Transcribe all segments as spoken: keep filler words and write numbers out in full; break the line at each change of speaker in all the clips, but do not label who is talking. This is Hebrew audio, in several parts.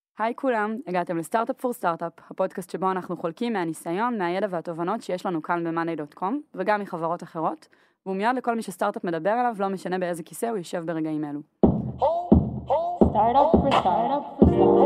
היי כולם, הגעתם לסטארט-אפ פור סטארט-אפ, הפודקאסט שבו אנחנו חולקים מהניסיון, מהידע והתובנות שיש לנו כאן ב-מאנדיי דוט קום, וגם מחברות אחרות, והוא מיד לכל מי שסטארט-אפ מדבר עליו, לא משנה באיזה כיסא הוא יישב ברגעים אלו.
Startup for startup for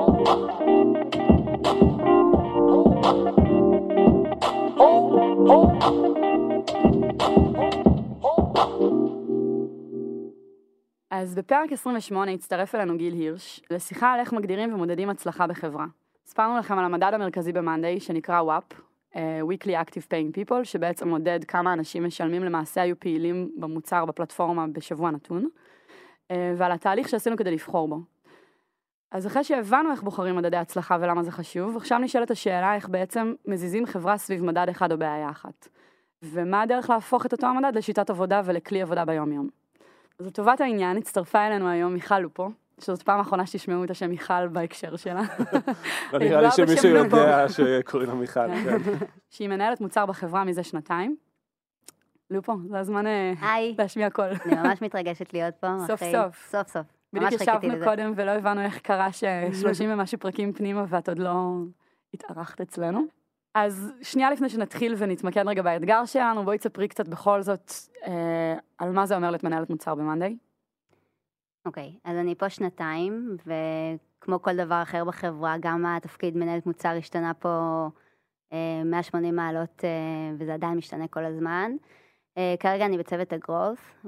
אז בפרק עשרים ושמונה הצטרף אלינו גיל הירש, לשיחה על איך מגדירים ומודדים הצלחה בחברה. הספרנו לכם על המדד המרכזי במאנדיי שנקרא וואפ, uh, Weekly Active Paying People, שבעצם מודד כמה אנשים משלמים למעשה היו פעילים במוצר, בפלטפורמה בשבוע נתון, uh, ועל התהליך שעשינו כדי לבחור בו. אז אחרי שהבנו איך בוחרים מדדי הצלחה ולמה זה חשוב, עכשיו נשאלת השאלה איך בעצם מזיזים חברה סביב מדד אחד או בעיה אחת. ומה הדרך להפוך את אותו המדד לשיטת עבודה ולכלי עבודה ביום יום. אז לטובת העניין הצטרפה אלינו היום מיכל לופו, שזאת פעם האחרונה שתשמעו את השם מיכל בהקשר שלה.
לא נראה לי שמישהו יודע שקוראים לה מיכל.
שהיא מנהלת מוצר בחברה מזה שנתיים. לופו, זה הזמן להשמיע קול.
אני ממש מתרגשת להיות פה.
סוף סוף.
סוף סוף.
בדיוק ישבנו קודם ולא הבנו איך קרה ששלושים ומשהו פרקים פנימה ואת עוד לא התארחת אצלנו. אז שנייה לפני שנתחיל ונתמקד רגע באתגר שלנו, בואי תספרי קצת בכל זאת אה, על מה זה אומר להיות מנהלת מוצר במאנדיי.
אוקיי, okay, אז אני פה שנתיים, וכמו כל דבר אחר בחברה, גם התפקיד מנהלת מוצר השתנה פה אה, מאה ושמונים מעלות, אה, וזה עדיין משתנה כל הזמן. אה, כרגע אני בצוות הגרוס,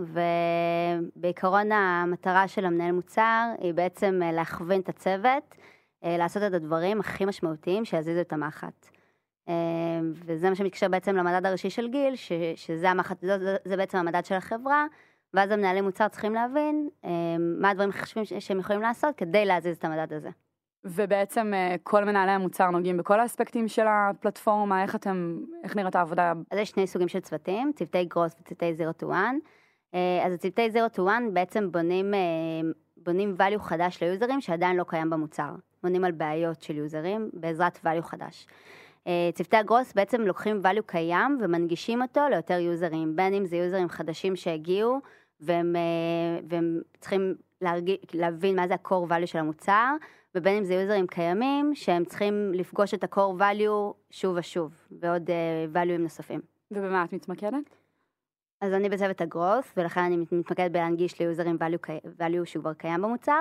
ובעיקרון המטרה של המנהל מוצר היא בעצם להכווין את הצוות, אה, לעשות את הדברים הכי משמעותיים שיזיזו את המחט. וזה מה שמתקשר בעצם למדד הראשי של גיל, ש, שזה המחט, זה, זה בעצם המדד של החברה, ואז המנהלי מוצר צריכים להבין מה הדברים חשובים שהם יכולים לעשות כדי להזיז את המדד הזה.
ובעצם כל מנהלי המוצר נוגעים בכל האספקטים של הפלטפורמה, איך אתם, איך נראית העבודה?
אז יש שני סוגים של צוותים, צוותי גרוס וצוותי זירו טו וואן. אז הצוותי זירו טו וואן בעצם בונים, בונים value חדש ליוזרים שעדיין לא קיים במוצר. בונים על בעיות של יוזרים בעזרת value חדש. צוותי הגרוס בעצם לוקחים value קיים ומנגישים אותו ליותר יוזרים, בין אם זה יוזרים חדשים שהגיעו, והם, והם צריכים להרגיש, להבין מה זה ה-core value של המוצר, ובין אם זה יוזרים קיימים, שהם צריכים לפגוש את ה-core value שוב ושוב, ועוד value'ים נוספים.
ובמה את מתמקדת?
אז אני בצוות הגרוס, ולכן אני מתמקדת בלהנגיש ליוזרים value, value שהוא כבר קיים במוצר,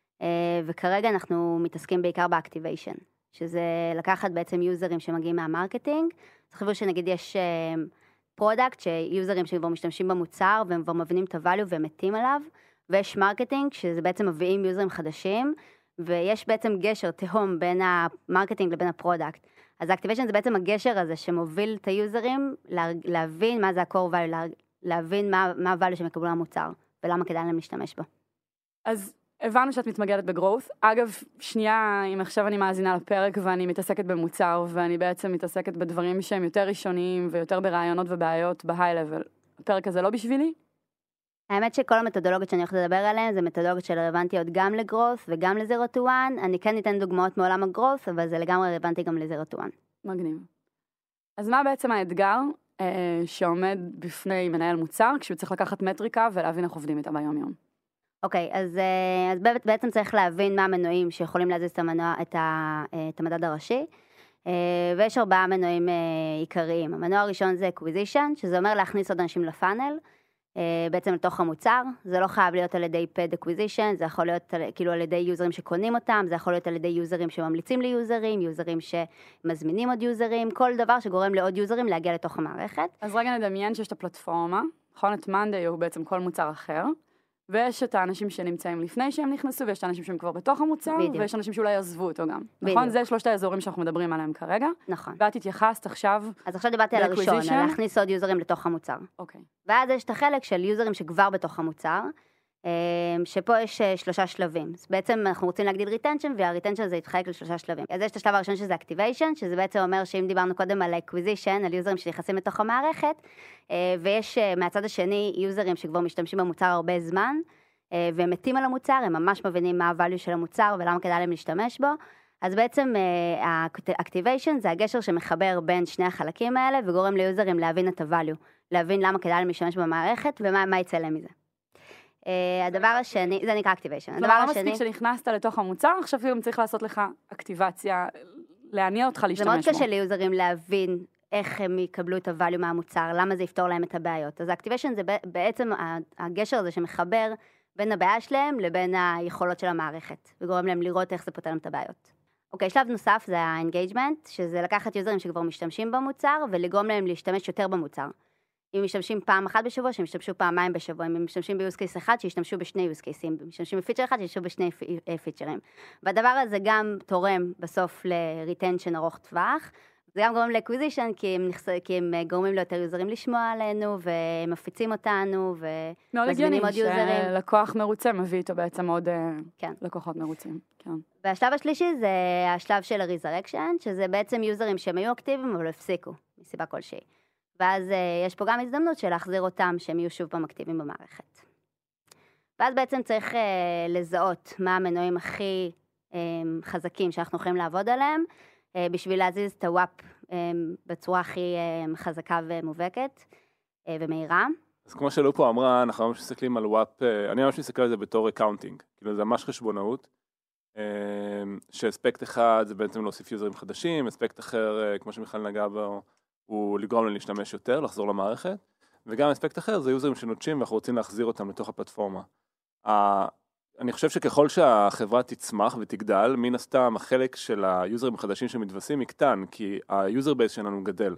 וכרגע אנחנו מתעסקים בעיקר באקטיביישן. שזה לקחת בעצם יוזרים שמגיעים מהמרקטינג. תחשבו שנגיד יש פרודקט שיוזרים שכבר משתמשים במוצר והם כבר מבינים את הvalue והם מתים עליו, ויש מרקטינג שזה בעצם מביאים יוזרים חדשים, ויש בעצם גשר תהום בין המרקטינג לבין הפרודקט. אז האקטיביישן זה בעצם הגשר הזה שמוביל את היוזרים להבין מה זה ה-core value, להבין מה, מה ה-value שהם יקבלו למוצר, ולמה כדאי להם להשתמש בו.
אז הבנו שאת מתמקדת בגרוס. אגב, שנייה, אם עכשיו אני מאזינה לפרק ואני מתעסקת במוצר, ואני בעצם מתעסקת בדברים שהם יותר ראשוניים ויותר ברעיונות ובעיות בהיי-לבל. הפרק הזה לא בשבילי?
האמת שכל המתודולוגיות שאני הולכת לדבר עליהן, זה מתודולוגיות שרלוונטיות גם לגרוס וגם לזירו טו וואן. אני כן ניתן דוגמאות מעולם הגרוס, אבל זה לגמרי רלוונטי גם לזירו טו וואן.
מגניב. אז מה בעצם האתגר אה, שעומד בפני מנהל מוצר, כשהוא צריך לקחת מטריקה ולהבין איך עובדים איתה ביום יום?
אוקיי, אז, אז בעצם צריך להבין מה המנועים שיכולים להזיז את, המנוע, את, ה, את המדד הראשי, ויש ארבעה מנועים עיקריים. המנוע הראשון זה acquisition, שזה אומר להכניס עוד אנשים לפאנל, בעצם לתוך המוצר. זה לא חייב להיות על ידי paid acquisition, זה יכול להיות כאילו על ידי יוזרים שקונים אותם, זה יכול להיות על ידי יוזרים שממליצים ליוזרים, יוזרים שמזמינים עוד יוזרים, כל דבר שגורם לעוד יוזרים להגיע לתוך המערכת.
אז רגע נדמיין שיש את הפלטפורמה, נכון? את מאנדיי הוא בעצם כל מוצר אחר. ויש את האנשים שנמצאים לפני שהם נכנסו, ויש את האנשים שהם כבר בתוך המוצר, בדיוק. ויש אנשים שאולי עזבו אותו גם. בדיוק. נכון? זה שלושת האזורים שאנחנו מדברים עליהם כרגע.
נכון.
ואת התייחסת עכשיו...
אז עכשיו דיברתי על הראשון, על להכניס עוד יוזרים לתוך המוצר.
אוקיי.
ואז יש את החלק של יוזרים שכבר בתוך המוצר, שפה יש שלושה שלבים. אז בעצם אנחנו רוצים להגדיל ריטנשן, והריטנשן זה יתחלק לשלושה שלבים. אז יש את השלב הראשון שזה אקטיביישן, שזה בעצם אומר שאם דיברנו קודם על אקוויזישן, על יוזרים שנכנסים לתוך המערכת, ויש מהצד השני יוזרים שכבר משתמשים במוצר הרבה זמן, והם מתים על המוצר, הם ממש מבינים מה ה-value של המוצר ולמה כדאי להם להשתמש בו. אז בעצם ה-activation זה הגשר שמחבר בין שני החלקים האלה וגורם ליוזרים להבין את ה-value, להבין למה כדאי להם להשתמש במערכת ומה יצא להם מזה. הדבר השני, זה נקרא activation. הדבר
כלומר, לא
השני,
מספיק שנכנסת לתוך המוצר, עכשיו גם צריך לעשות לך אקטיבציה, להניע אותך להשתמש
זה
בו.
מאוד קשה ליוזרים להבין איך הם יקבלו את הvalue מהמוצר, למה זה יפתור להם את הבעיות. אז activation זה בעצם הגשר הזה שמחבר בין הבעיה שלהם לבין היכולות של המערכת, וגורם להם לראות איך זה פותר להם את הבעיות. אוקיי, שלב נוסף זה ה-engagement, שזה לקחת יוזרים שכבר משתמשים במוצר, ולגרום להם להשתמש יותר במוצר. אם משתמשים פעם אחת בשבוע, שהם משתמשו פעמיים בשבוע, אם משתמשים ב-use case אחד, שישתמשו בשני use cases, אם משתמשים בפיצ'ר אחד, שישתמשו בשני פיצ'רים. והדבר הזה גם תורם בסוף ל-retention ארוך טווח, זה גם גורם ל-acquisition, כי הם, נחס... כי הם גורמים ליותר יוזרים לשמוע עלינו, ומפיצים אותנו, ומזמינים עוד יוזרים. מאוד הגיוני
שלקוח מרוצה מביא איתו בעצם עוד
כן.
לקוחות מרוצים. כן.
והשלב השלישי זה השלב של ה-resurrection, שזה בעצם יוזרים שהם היו אקטיביים, אבל הפסיקו, מסיבה כלשהי. ואז יש פה גם הזדמנות של להחזיר אותם, שהם יהיו שוב פעם אקטיביים במערכת. ואז בעצם צריך לזהות מה המנועים הכי חזקים שאנחנו יכולים לעבוד עליהם, בשביל להזיז את הוואפ בצורה הכי חזקה ומובהקת ומהירה.
אז כמו שלו פה אמרה, אנחנו ממש מסתכלים על וואפ, אני ממש מסתכל על זה בתור אקאונטינג, כאילו זה ממש חשבונאות, שאספקט אחד זה בעצם להוסיף יוזרים חדשים, אספקט אחר, כמו שמיכל נגע בו, הוא לגרום להם להשתמש יותר, לחזור למערכת, וגם אספקט אחר זה יוזרים שנוטשים ואנחנו רוצים להחזיר אותם לתוך הפלטפורמה. אני חושב שככל שהחברה תצמח ותגדל, מן הסתם החלק של היוזרים החדשים שמתווסים יקטן, כי היוזר בייס שלנו גדל.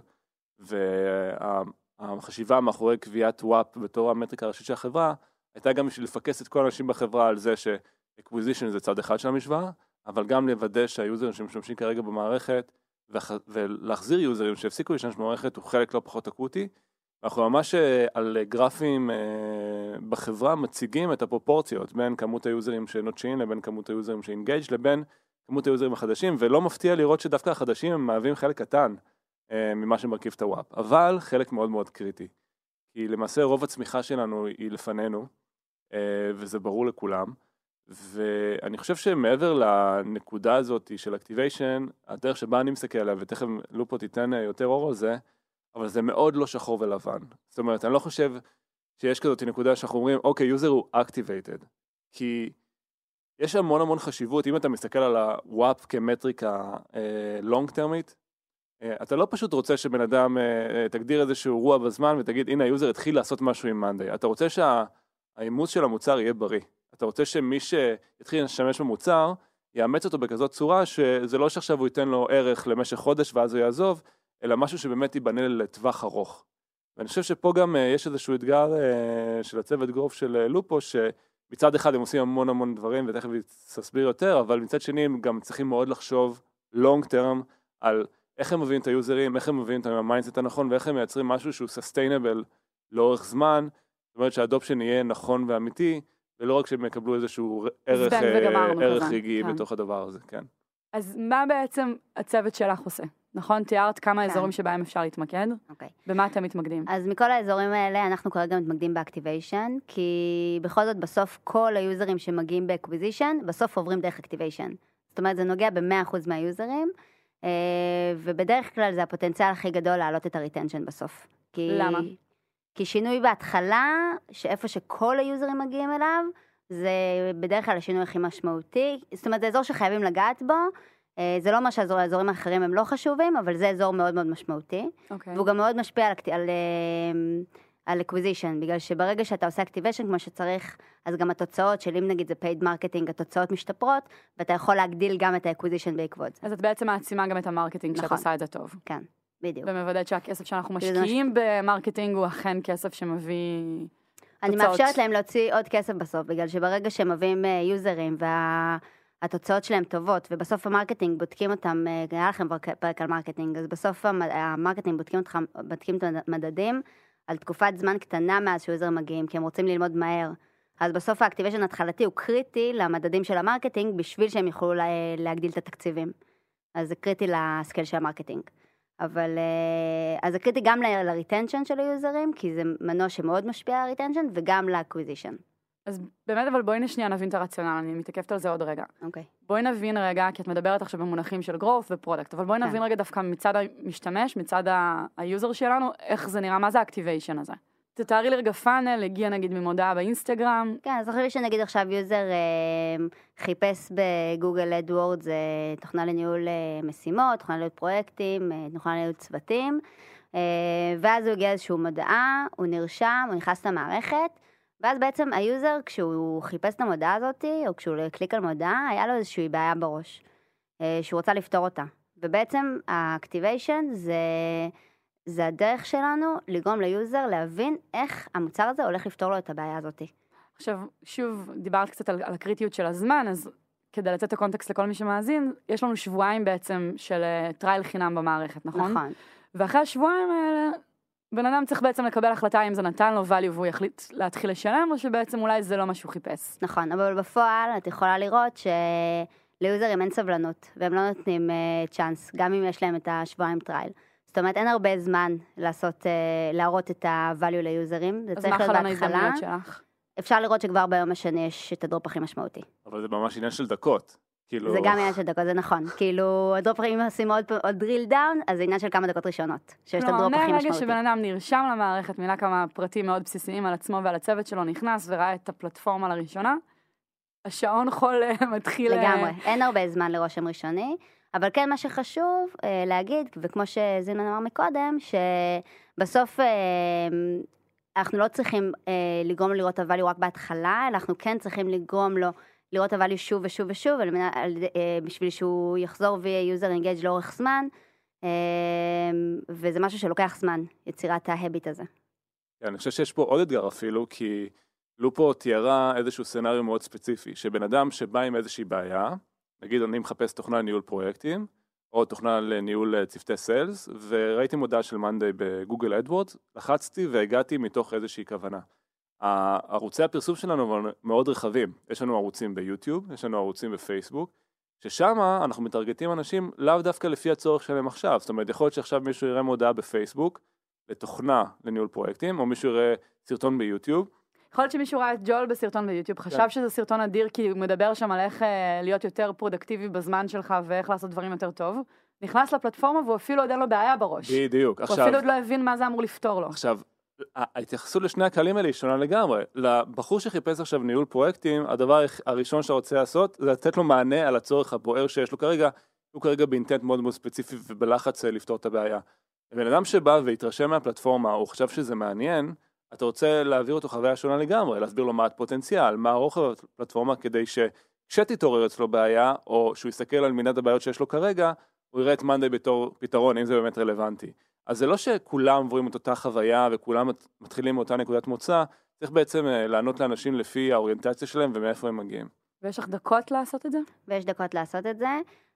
והחשיבה מאחורי קביעת וואפ בתור המטריקה הראשית של החברה, הייתה גם בשביל לפקס את כל האנשים בחברה על זה ש-acquisition זה צד אחד של המשוואה, אבל גם לוודא שהיוזרים שמשתמשים כרגע במערכת, ולהחזיר יוזרים שהפסיקו להשתמש במערכת הוא חלק לא פחות אקוטי, אנחנו ממש על גרפים בחברה מציגים את הפרופורציות בין כמות היוזרים שנוטשים לבין כמות היוזרים שאינגייג' לבין כמות היוזרים החדשים, ולא מפתיע לראות שדווקא החדשים הם מהווים חלק קטן ממה שמרכיב את הוואפ, אבל חלק מאוד מאוד קריטי. כי למעשה רוב הצמיחה שלנו היא לפנינו, וזה ברור לכולם, ואני חושב שמעבר לנקודה הזאת של activation, הדרך שבה אני מסתכל עליה, ותכף לופו תיתן יותר אור על זה, אבל זה מאוד לא שחור ולבן. זאת אומרת, אני לא חושב שיש כזאת נקודה שאנחנו אומרים, אוקיי, יוזר הוא activated. כי יש המון המון חשיבות, אם אתה מסתכל על הוואפ כמטריקה אה, long termית, אה, אתה לא פשוט רוצה שבן אדם אה, תגדיר איזשהו אירוע בזמן ותגיד, הנה היוזר התחיל לעשות משהו עם מאנדיי. אתה רוצה שהאימוץ של המוצר יהיה בריא. אתה רוצה שמי שיתחיל לשמש במוצר, יאמץ אותו בכזאת צורה, שזה לא שעכשיו הוא ייתן לו ערך למשך חודש ואז הוא יעזוב, אלא משהו שבאמת ייבנה לטווח ארוך. ואני חושב שפה גם יש איזשהו אתגר של הצוות גרוף של לופו, שמצד אחד הם עושים המון המון דברים, ותכף תסביר יותר, אבל מצד שני הם גם צריכים מאוד לחשוב long term על איך הם מביאים את היוזרים, איך הם מביאים את המיינדסט הנכון, ואיך הם מייצרים משהו שהוא sustainable לאורך זמן, זאת אומרת שהאדופשן יהיה נכון ואמיתי, ולא רק שהם יקבלו איזשהו ערך, ערך רגעי בתוך הדבר הזה, כן.
אז מה בעצם הצוות שלך עושה? נכון? תיארת כמה אזורים שבהם אפשר להתמקד?
אוקיי.
במה אתם מתמקדים?
אז מכל האזורים האלה אנחנו כרגע מתמקדים באקטיביישן, כי בכל זאת בסוף כל היוזרים שמגיעים באקוויזישן, בסוף עוברים דרך אקטיביישן. זאת אומרת, זה נוגע ב-מאה אחוז מהיוזרים, ובדרך כלל זה הפוטנציאל הכי גדול להעלות את הריטנשן בסוף. כי...
למה?
כי שינוי בהתחלה, שאיפה שכל היוזרים מגיעים אליו, זה בדרך כלל השינוי הכי משמעותי. זאת אומרת, זה אזור שחייבים לגעת בו, זה לא מה שהאזורים האחרים הם לא חשובים, אבל זה אזור מאוד מאוד משמעותי. Okay. והוא גם מאוד משפיע על, על, על acquisition, בגלל שברגע שאתה עושה activation כמו שצריך, אז גם התוצאות של אם נגיד זה paid marketing, התוצאות משתפרות, ואתה יכול להגדיל גם את ה-acquisition בעקבות זה.
אז את בעצם מעצימה גם את המרקטינג נכון. שאת עושה את זה טוב.
כן, בדיוק.
ומוודאת שהכסף שאנחנו משקיעים מש... במרקטינג הוא אכן כסף שמביא
אני
תוצאות.
מאפשרת להם להוציא עוד כסף בסוף, בגלל שברגע שהם מביאים יוזרים וה... התוצאות שלהם טובות, ובסוף המרקטינג בודקים אותם, היה לכם פרק על מרקטינג, אז בסוף המרקטינג בודקים, אותם, בודקים את המדדים על תקופת זמן קטנה מאז שיוזר מגיעים, כי הם רוצים ללמוד מהר. אז בסוף האקטיביישן התחלתי הוא קריטי למדדים של המרקטינג, בשביל שהם יוכלו להגדיל את התקציבים. אז זה קריטי לסקייל של המרקטינג. אבל, אז זה קריטי גם לריטנשן של היוזרים, כי זה מנוע שמאוד משפיע על הריטנשן, וגם לאקוויזישן.
אז באמת, אבל בואי נשנייה נבין את הרציונל, אני מתעכבת על זה עוד רגע.
אוקיי.
בואי נבין רגע, כי את מדברת עכשיו במונחים של growth ופרודקט, אבל בואי נבין רגע דווקא מצד המשתמש, מצד היוזר שלנו, איך זה נראה, מה זה האקטיביישן הזה? תתארי לי רגע פאנל, הגיע נגיד ממודעה באינסטגרם.
כן, אז חשבי שנגיד עכשיו יוזר אה, חיפש בגוגל אדוורדס, זה תוכנה לניהול אה, משימות, תוכנה לניהול פרויקטים, אה, תוכנה לניהול צוותים, אה, ואז הוא הגיע איזשהו מודעה, הוא נרשם, הוא נכנס למערכת, ואז בעצם היוזר, כשהוא חיפש את המודעה הזאת, או כשהוא קליק על מודעה, היה לו איזושהי בעיה בראש, אה, שהוא רוצה לפתור אותה. ובעצם האקטיביישן זה... זה הדרך שלנו לגרום ליוזר להבין איך המוצר הזה הולך לפתור לו את הבעיה הזאת.
עכשיו, שוב, דיברת קצת על, על הקריטיות של הזמן, אז כדי לתת את הקונטקסט לכל מי שמאזין, יש לנו שבועיים בעצם של טרייל חינם במערכת, נכון?
נכון.
ואחרי השבועיים האלה, בן אדם צריך בעצם לקבל החלטה אם זה נתן לו value והוא יחליט להתחיל לשלם, או שבעצם אולי זה לא מה שהוא חיפש.
נכון, אבל בפועל את יכולה לראות שליוזרים אין סבלנות, והם לא נותנים uh, צ'אנס, גם אם יש להם את השבועיים טרייל. זאת אומרת, אין הרבה זמן לעשות, להראות את ה-value ליוזרים.
אז מה חלון ההזדמנויות שלך?
אפשר לראות שכבר ביום השני יש את הדרופ הכי משמעותי.
אבל זה ממש עניין של דקות.
זה גם עניין של דקות, זה נכון. כאילו, הדרופ הכי עושים עוד drill down, אז זה עניין של כמה דקות ראשונות, שיש את הדרופ הכי משמעותי.
מהרגע שבן אדם נרשם למערכת, מילה כמה פרטים מאוד בסיסיים על עצמו ועל הצוות שלו, נכנס וראה את הפלטפורמה לראשונה, השעון חול מתחיל...
לגמרי, אין הרבה זמן לרושם ראשוני. אבל כן, מה שחשוב אה, להגיד, וכמו שזינמן אמר מקודם, שבסוף אה, אנחנו לא צריכים אה, לגרום לו לראות הvalue רק בהתחלה, אנחנו כן צריכים לגרום לו לראות הvalue שוב ושוב ושוב, על, על, אה, בשביל שהוא יחזור ויהיה user engage לאורך זמן, אה, וזה משהו שלוקח זמן, יצירת ההביט הזה.
כן, אני חושב שיש פה עוד אתגר אפילו, כי לופו תיארה איזשהו סצנריו מאוד ספציפי, שבן אדם שבא עם איזושהי בעיה, נגיד, אני מחפש תוכנה לניהול פרויקטים, או תוכנה לניהול צוותי סיילס, וראיתי מודעה של מאנדיי בגוגל אדוורדס, לחצתי והגעתי מתוך איזושהי כוונה. ערוצי הפרסום שלנו מאוד רחבים. יש לנו ערוצים ביוטיוב, יש לנו ערוצים בפייסבוק, ששם אנחנו מטרגטים אנשים לאו דווקא לפי הצורך שלהם עכשיו. זאת אומרת, יכול להיות שעכשיו מישהו יראה מודעה בפייסבוק, לתוכנה לניהול פרויקטים, או מישהו יראה סרטון ביוטיוב,
יכול להיות שמישהו ראה את ג'ול בסרטון ביוטיוב, חשב שזה סרטון אדיר, כי הוא מדבר שם על איך להיות יותר פרודקטיבי בזמן שלך, ואיך לעשות דברים יותר טוב. נכנס לפלטפורמה, והוא אפילו עוד אין לו בעיה בראש.
בדיוק.
הוא אפילו עוד לא הבין מה זה אמור לפתור לו.
עכשיו, ההתייחסות לשני הקהלים האלה היא שונה לגמרי. לבחור שחיפש עכשיו ניהול פרויקטים, הדבר הראשון שאתה רוצה לעשות, זה לתת לו מענה על הצורך הבוער שיש לו כרגע, הוא כרגע באינטנט מאוד מאוד ספציפי, ובלחץ לפתור את הבעיה. בן אדם שבא והתרשם מהפלטפורמה, הוא חשב שזה מעניין, אתה רוצה להעביר אותו חוויה שונה לגמרי, להסביר לו מה הפוטנציאל, מה הרוחב הפלטפורמה, כדי שכשתתעורר אצלו בעיה, או שהוא יסתכל על מנעד הבעיות שיש לו כרגע, הוא יראה את מאנדיי בתור פתרון, אם זה באמת רלוונטי. אז זה לא שכולם עוברים את אותה חוויה, וכולם מתחילים מאותה נקודת מוצא, צריך בעצם לענות לאנשים לפי האוריינטציה שלהם, ומאיפה הם מגיעים.
ויש לך דקות לעשות את זה?
ויש דקות לעשות את זה.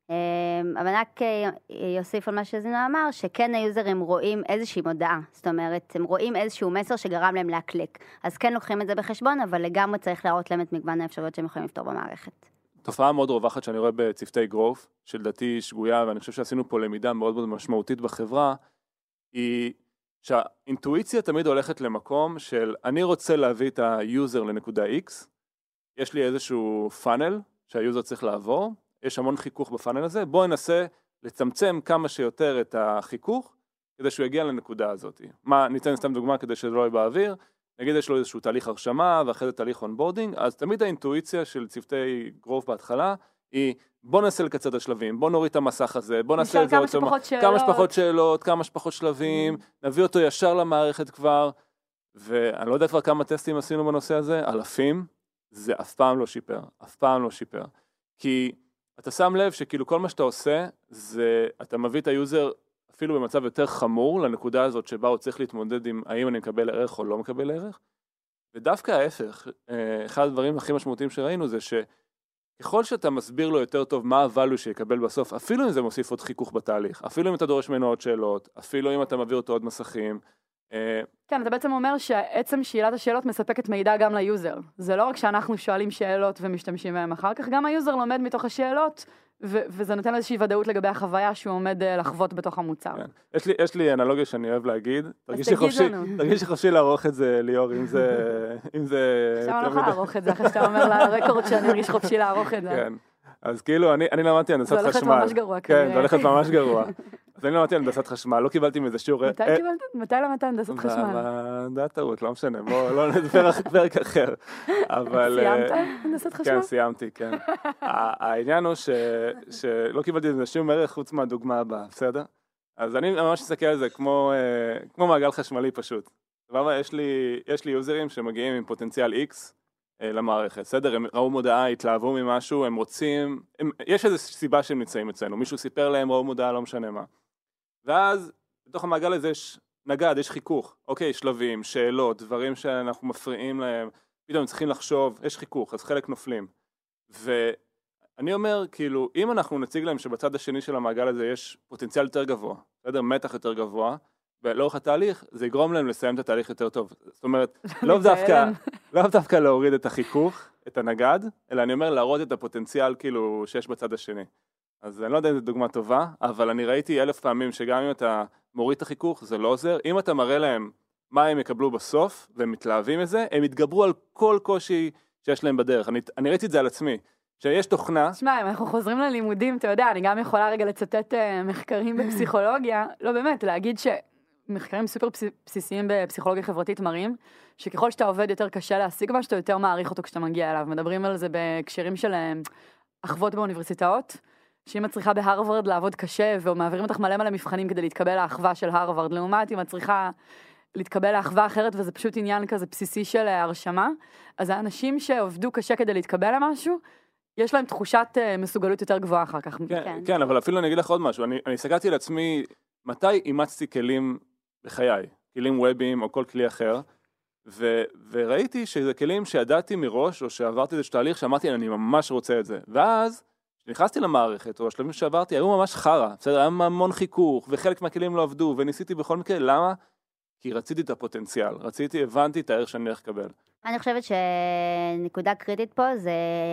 אבל רק יוסיף על מה שזינה אמר, שכן היוזרים רואים איזושהי מודעה, זאת אומרת, הם רואים איזשהו מסר שגרם להם להקליק, אז כן לוקחים את זה בחשבון, אבל לגמרי צריך להראות להם את מגוון האפשרויות שהם יכולים לפתור במערכת.
תופעה מאוד רווחת שאני רואה בצוותי גרוף, שלדעתי שגויה, ואני חושב שעשינו פה למידה מאוד מאוד משמעותית בחברה, היא שהאינטואיציה תמיד הולכת למקום של אני רוצה להביא את היוזר לנקודה X, יש לי איזשהו פאנל שהיוזר צריך לעבור, יש המון חיכוך בפאנל הזה, בואו ננסה לצמצם כמה שיותר את החיכוך, כדי שהוא יגיע לנקודה הזאת. מה, ניתן סתם דוגמה כדי שזה לא יהיה באוויר, נגיד יש לו איזשהו תהליך הרשמה, ואחרי זה תהליך אונבורדינג, אז תמיד האינטואיציה של צוותי גרוף בהתחלה, היא בואו ננסה לקצר את השלבים, בואו נוריד את המסך הזה, בואו נעשה את זה
כמה שפחות שאלות,
כמה שפחות שאלות, כמה שפחות שלבים, נביא אותו ישר למערכת כבר, ואני לא יודע כבר כמה טסטים עשינו בנושא הזה, אלפים, זה אף פעם לא שיפר, אף פעם לא שיפר. כי אתה שם לב שכאילו כל מה שאתה עושה, זה אתה מביא את היוזר אפילו במצב יותר חמור לנקודה הזאת שבה הוא צריך להתמודד עם האם אני מקבל ערך או לא מקבל ערך. ודווקא ההפך, אחד הדברים הכי משמעותיים שראינו זה שככל שאתה מסביר לו יותר טוב מה ה-value שיקבל בסוף, אפילו אם זה מוסיף עוד חיכוך בתהליך, אפילו אם אתה דורש ממנו עוד שאלות, אפילו אם אתה מביא אותו עוד מסכים.
כן, אתה בעצם אומר שעצם שאלת השאלות מספקת מידע גם ליוזר. זה לא רק שאנחנו שואלים שאלות ומשתמשים בהם אחר כך, גם היוזר לומד מתוך השאלות, ו- וזה נותן איזושהי ודאות לגבי החוויה שהוא עומד לחוות בתוך המוצר.
כן. יש לי, יש לי אנלוגיה שאני אוהב להגיד. תרגישי חופשי, תרגישי חופשי לערוך את זה, ליאור, אם זה... אם זה...
עכשיו אני לא יכולה לערוך את זה, אחרי שאתה אומר לרקורד שאני ארגיש חופשי לערוך את זה.
כן. אז כאילו, אני, אני למדתי הנדסת חשמל.
זה הולכת ממש גרוע.
כן, זה הולכת ממש גרוע. אז אני למדתי הנדסת חשמל, לא קיבלתי מזה שיעור.
מתי קיבלת? מתי למדת הנדסת חשמל?
זה הטעות, לא משנה, בואו לא נדבר פרק אחר.
סיימת הנדסת חשמל?
כן, סיימתי, כן. העניין הוא שלא קיבלתי מזה שום ערך חוץ מהדוגמה הבאה, בסדר? אז אני ממש מסתכל על זה כמו מעגל חשמלי פשוט. יש לי יוזרים שמגיעים עם פוטנציאל X, למערכת, בסדר? הם ראו מודעה, התלהבו ממשהו, הם רוצים, הם, יש איזו סיבה שהם נמצאים אצלנו, מישהו סיפר להם, ראו מודעה, לא משנה מה. ואז, בתוך המעגל הזה יש נגד, יש חיכוך, אוקיי, שלבים, שאלות, דברים שאנחנו מפריעים להם, פתאום צריכים לחשוב, יש חיכוך, אז חלק נופלים. ואני אומר, כאילו, אם אנחנו נציג להם שבצד השני של המעגל הזה יש פוטנציאל יותר גבוה, בסדר? מתח יותר גבוה, ולאורך התהליך, זה יגרום להם לסיים את התהליך יותר טוב. זאת אומרת, לא דווקא, לא דווקא להוריד את החיכוך, את הנגד, אלא אני אומר להראות את הפוטנציאל כאילו שיש בצד השני. אז אני לא יודע אם זו דוגמה טובה, אבל אני ראיתי אלף פעמים שגם אם אתה מוריד את החיכוך, זה לא עוזר. אם אתה מראה להם מה הם יקבלו בסוף, והם מתלהבים מזה, הם יתגברו על כל קושי שיש להם בדרך. אני, אני ראיתי את זה על עצמי. שיש תוכנה...
תשמע, אם אנחנו חוזרים ללימודים, אתה יודע, אני גם יכולה רגע לצטט מחקרים בפסיכולוגיה, לא באמת, להגיד ש... מחקרים סופר בסיסיים בפסיכולוגיה חברתית מראים, שככל שאתה עובד יותר קשה להשיג מה, שאתה יותר מעריך אותו כשאתה מגיע אליו. מדברים על זה בהקשרים של אחוות באוניברסיטאות, שאם את צריכה בהרווארד לעבוד קשה, ומעבירים אותך מלא מלא מבחנים כדי להתקבל לאחווה של הרווארד, לעומת אם את צריכה להתקבל לאחווה אחרת, וזה פשוט עניין כזה בסיסי של הרשמה, אז האנשים שעובדו קשה כדי להתקבל למשהו, יש להם תחושת מסוגלות יותר גבוהה אחר כך.
כן, כן. כן, אבל אפילו אני אגיד לך עוד משהו, אני, אני סגרתי לעצמי, מתי אימצתי כלים בחיי, כלים ווביים או כל כלי אחר, ו- וראיתי שזה כלים שידעתי מראש, או שעברתי איזה תהליך, שאמרתי, אני ממש רוצה את זה. ואז, כשנכנסתי למערכת, או השלבים שעברתי, היו ממש חרה, בסדר, היה המון חיכוך, וחלק מהכלים לא עבדו, וניסיתי בכל מקרה, למה? כי רציתי את הפוטנציאל, רציתי, הבנתי את הערך שאני הולך לקבל.
אני חושבת שנקודה קריטית פה זה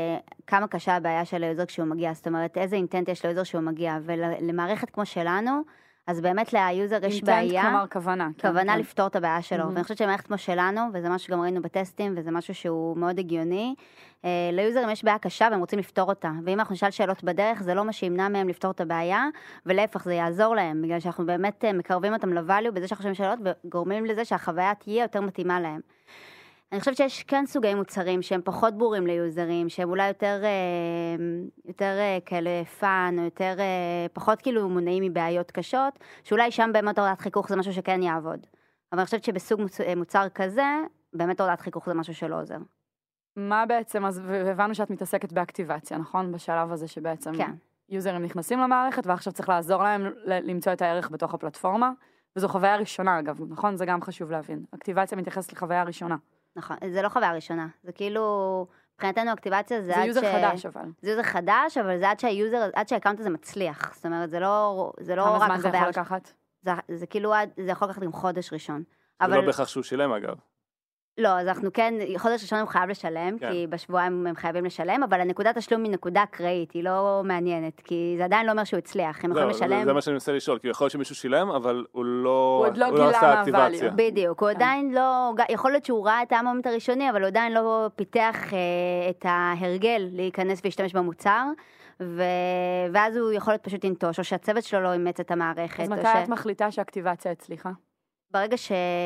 כמה קשה הבעיה של היוזר כשהוא מגיע, זאת אומרת, איזה אינטנט יש ליוזר שהוא מגיע, ולמערכת כמו שלנו, אז באמת ליוזר יש בעיה,
אינטנט כלומר כוונה.
כוונה כן, לפתור את הבעיה שלו, mm-hmm. ואני חושבת שמערכת כמו שלנו, וזה משהו שגם ראינו בטסטים, וזה משהו שהוא מאוד הגיוני, אה, ליוזרים יש בעיה קשה והם רוצים לפתור אותה, ואם אנחנו נשאל שאלות בדרך, זה לא מה שימנע מהם לפתור את הבעיה, ולהפך זה יעזור להם, בגלל שאנחנו באמת מקרבים אותם לvalue, בזה שאנחנו שואלים שאלות, וגורמים לזה שהחוויה תהיה יותר מתאימה להם. אני חושבת שיש כן סוגי מוצרים שהם פחות ברורים ליוזרים, שהם אולי יותר, יותר כאלה פאן, או יותר, פחות כאילו מונעים מבעיות קשות, שאולי שם באמת הורדת חיכוך זה משהו שכן יעבוד. אבל אני חושבת שבסוג מוצר כזה, באמת הורדת חיכוך זה משהו שלא עוזר.
מה בעצם, אז הבנו שאת מתעסקת באקטיבציה, נכון? בשלב הזה שבעצם
כן.
יוזרים נכנסים למערכת, ועכשיו צריך לעזור להם למצוא את הערך בתוך הפלטפורמה, וזו חוויה ראשונה אגב, נכון? זה גם חשוב להבין. אקטיבציה מתייחסת לחוויה ראשונה.
נכון, זה לא חוויה ראשונה, זה כאילו, מבחינתנו אקטיבציה זה,
זה
עד
יוזר
ש...
חדש אבל.
זה יוזר חדש, אבל זה עד שהיוזר, עד שהאקאונט הזה מצליח, זאת אומרת, זה לא, זה לא רק
החוויה. כמה זמן זה יכול לקחת?
זה, זה כאילו, זה יכול לקחת עם חודש ראשון.
זה
אבל...
לא בהכרח שהוא שילם אגב.
לא, אז אנחנו כן, חודש ראשון הוא חייב לשלם, כן. כי בשבועיים הם חייבים לשלם, אבל הנקודת תשלום היא נקודה אקראית, היא לא מעניינת, כי זה עדיין לא אומר שהוא הצליח, הם יכולים לשלם.
זה, זה מה שאני מנסה לשאול, כי יכול להיות שמישהו שילם, אבל הוא לא,
הוא עוד לא,
הוא לא עשה אקטיבציה.
בדיוק, הוא עדיין לא, יכול להיות שהוא ראה את המומנט הראשוני, אבל הוא עדיין לא פיתח אה, את ההרגל להיכנס ולהשתמש במוצר, ו... ואז הוא יכול להיות פשוט אינטוש, או שהצוות שלו לא אימץ את המערכת.
אז מתי
ש...
את מחליטה שהאקטיבציה הצליחה?
ברגע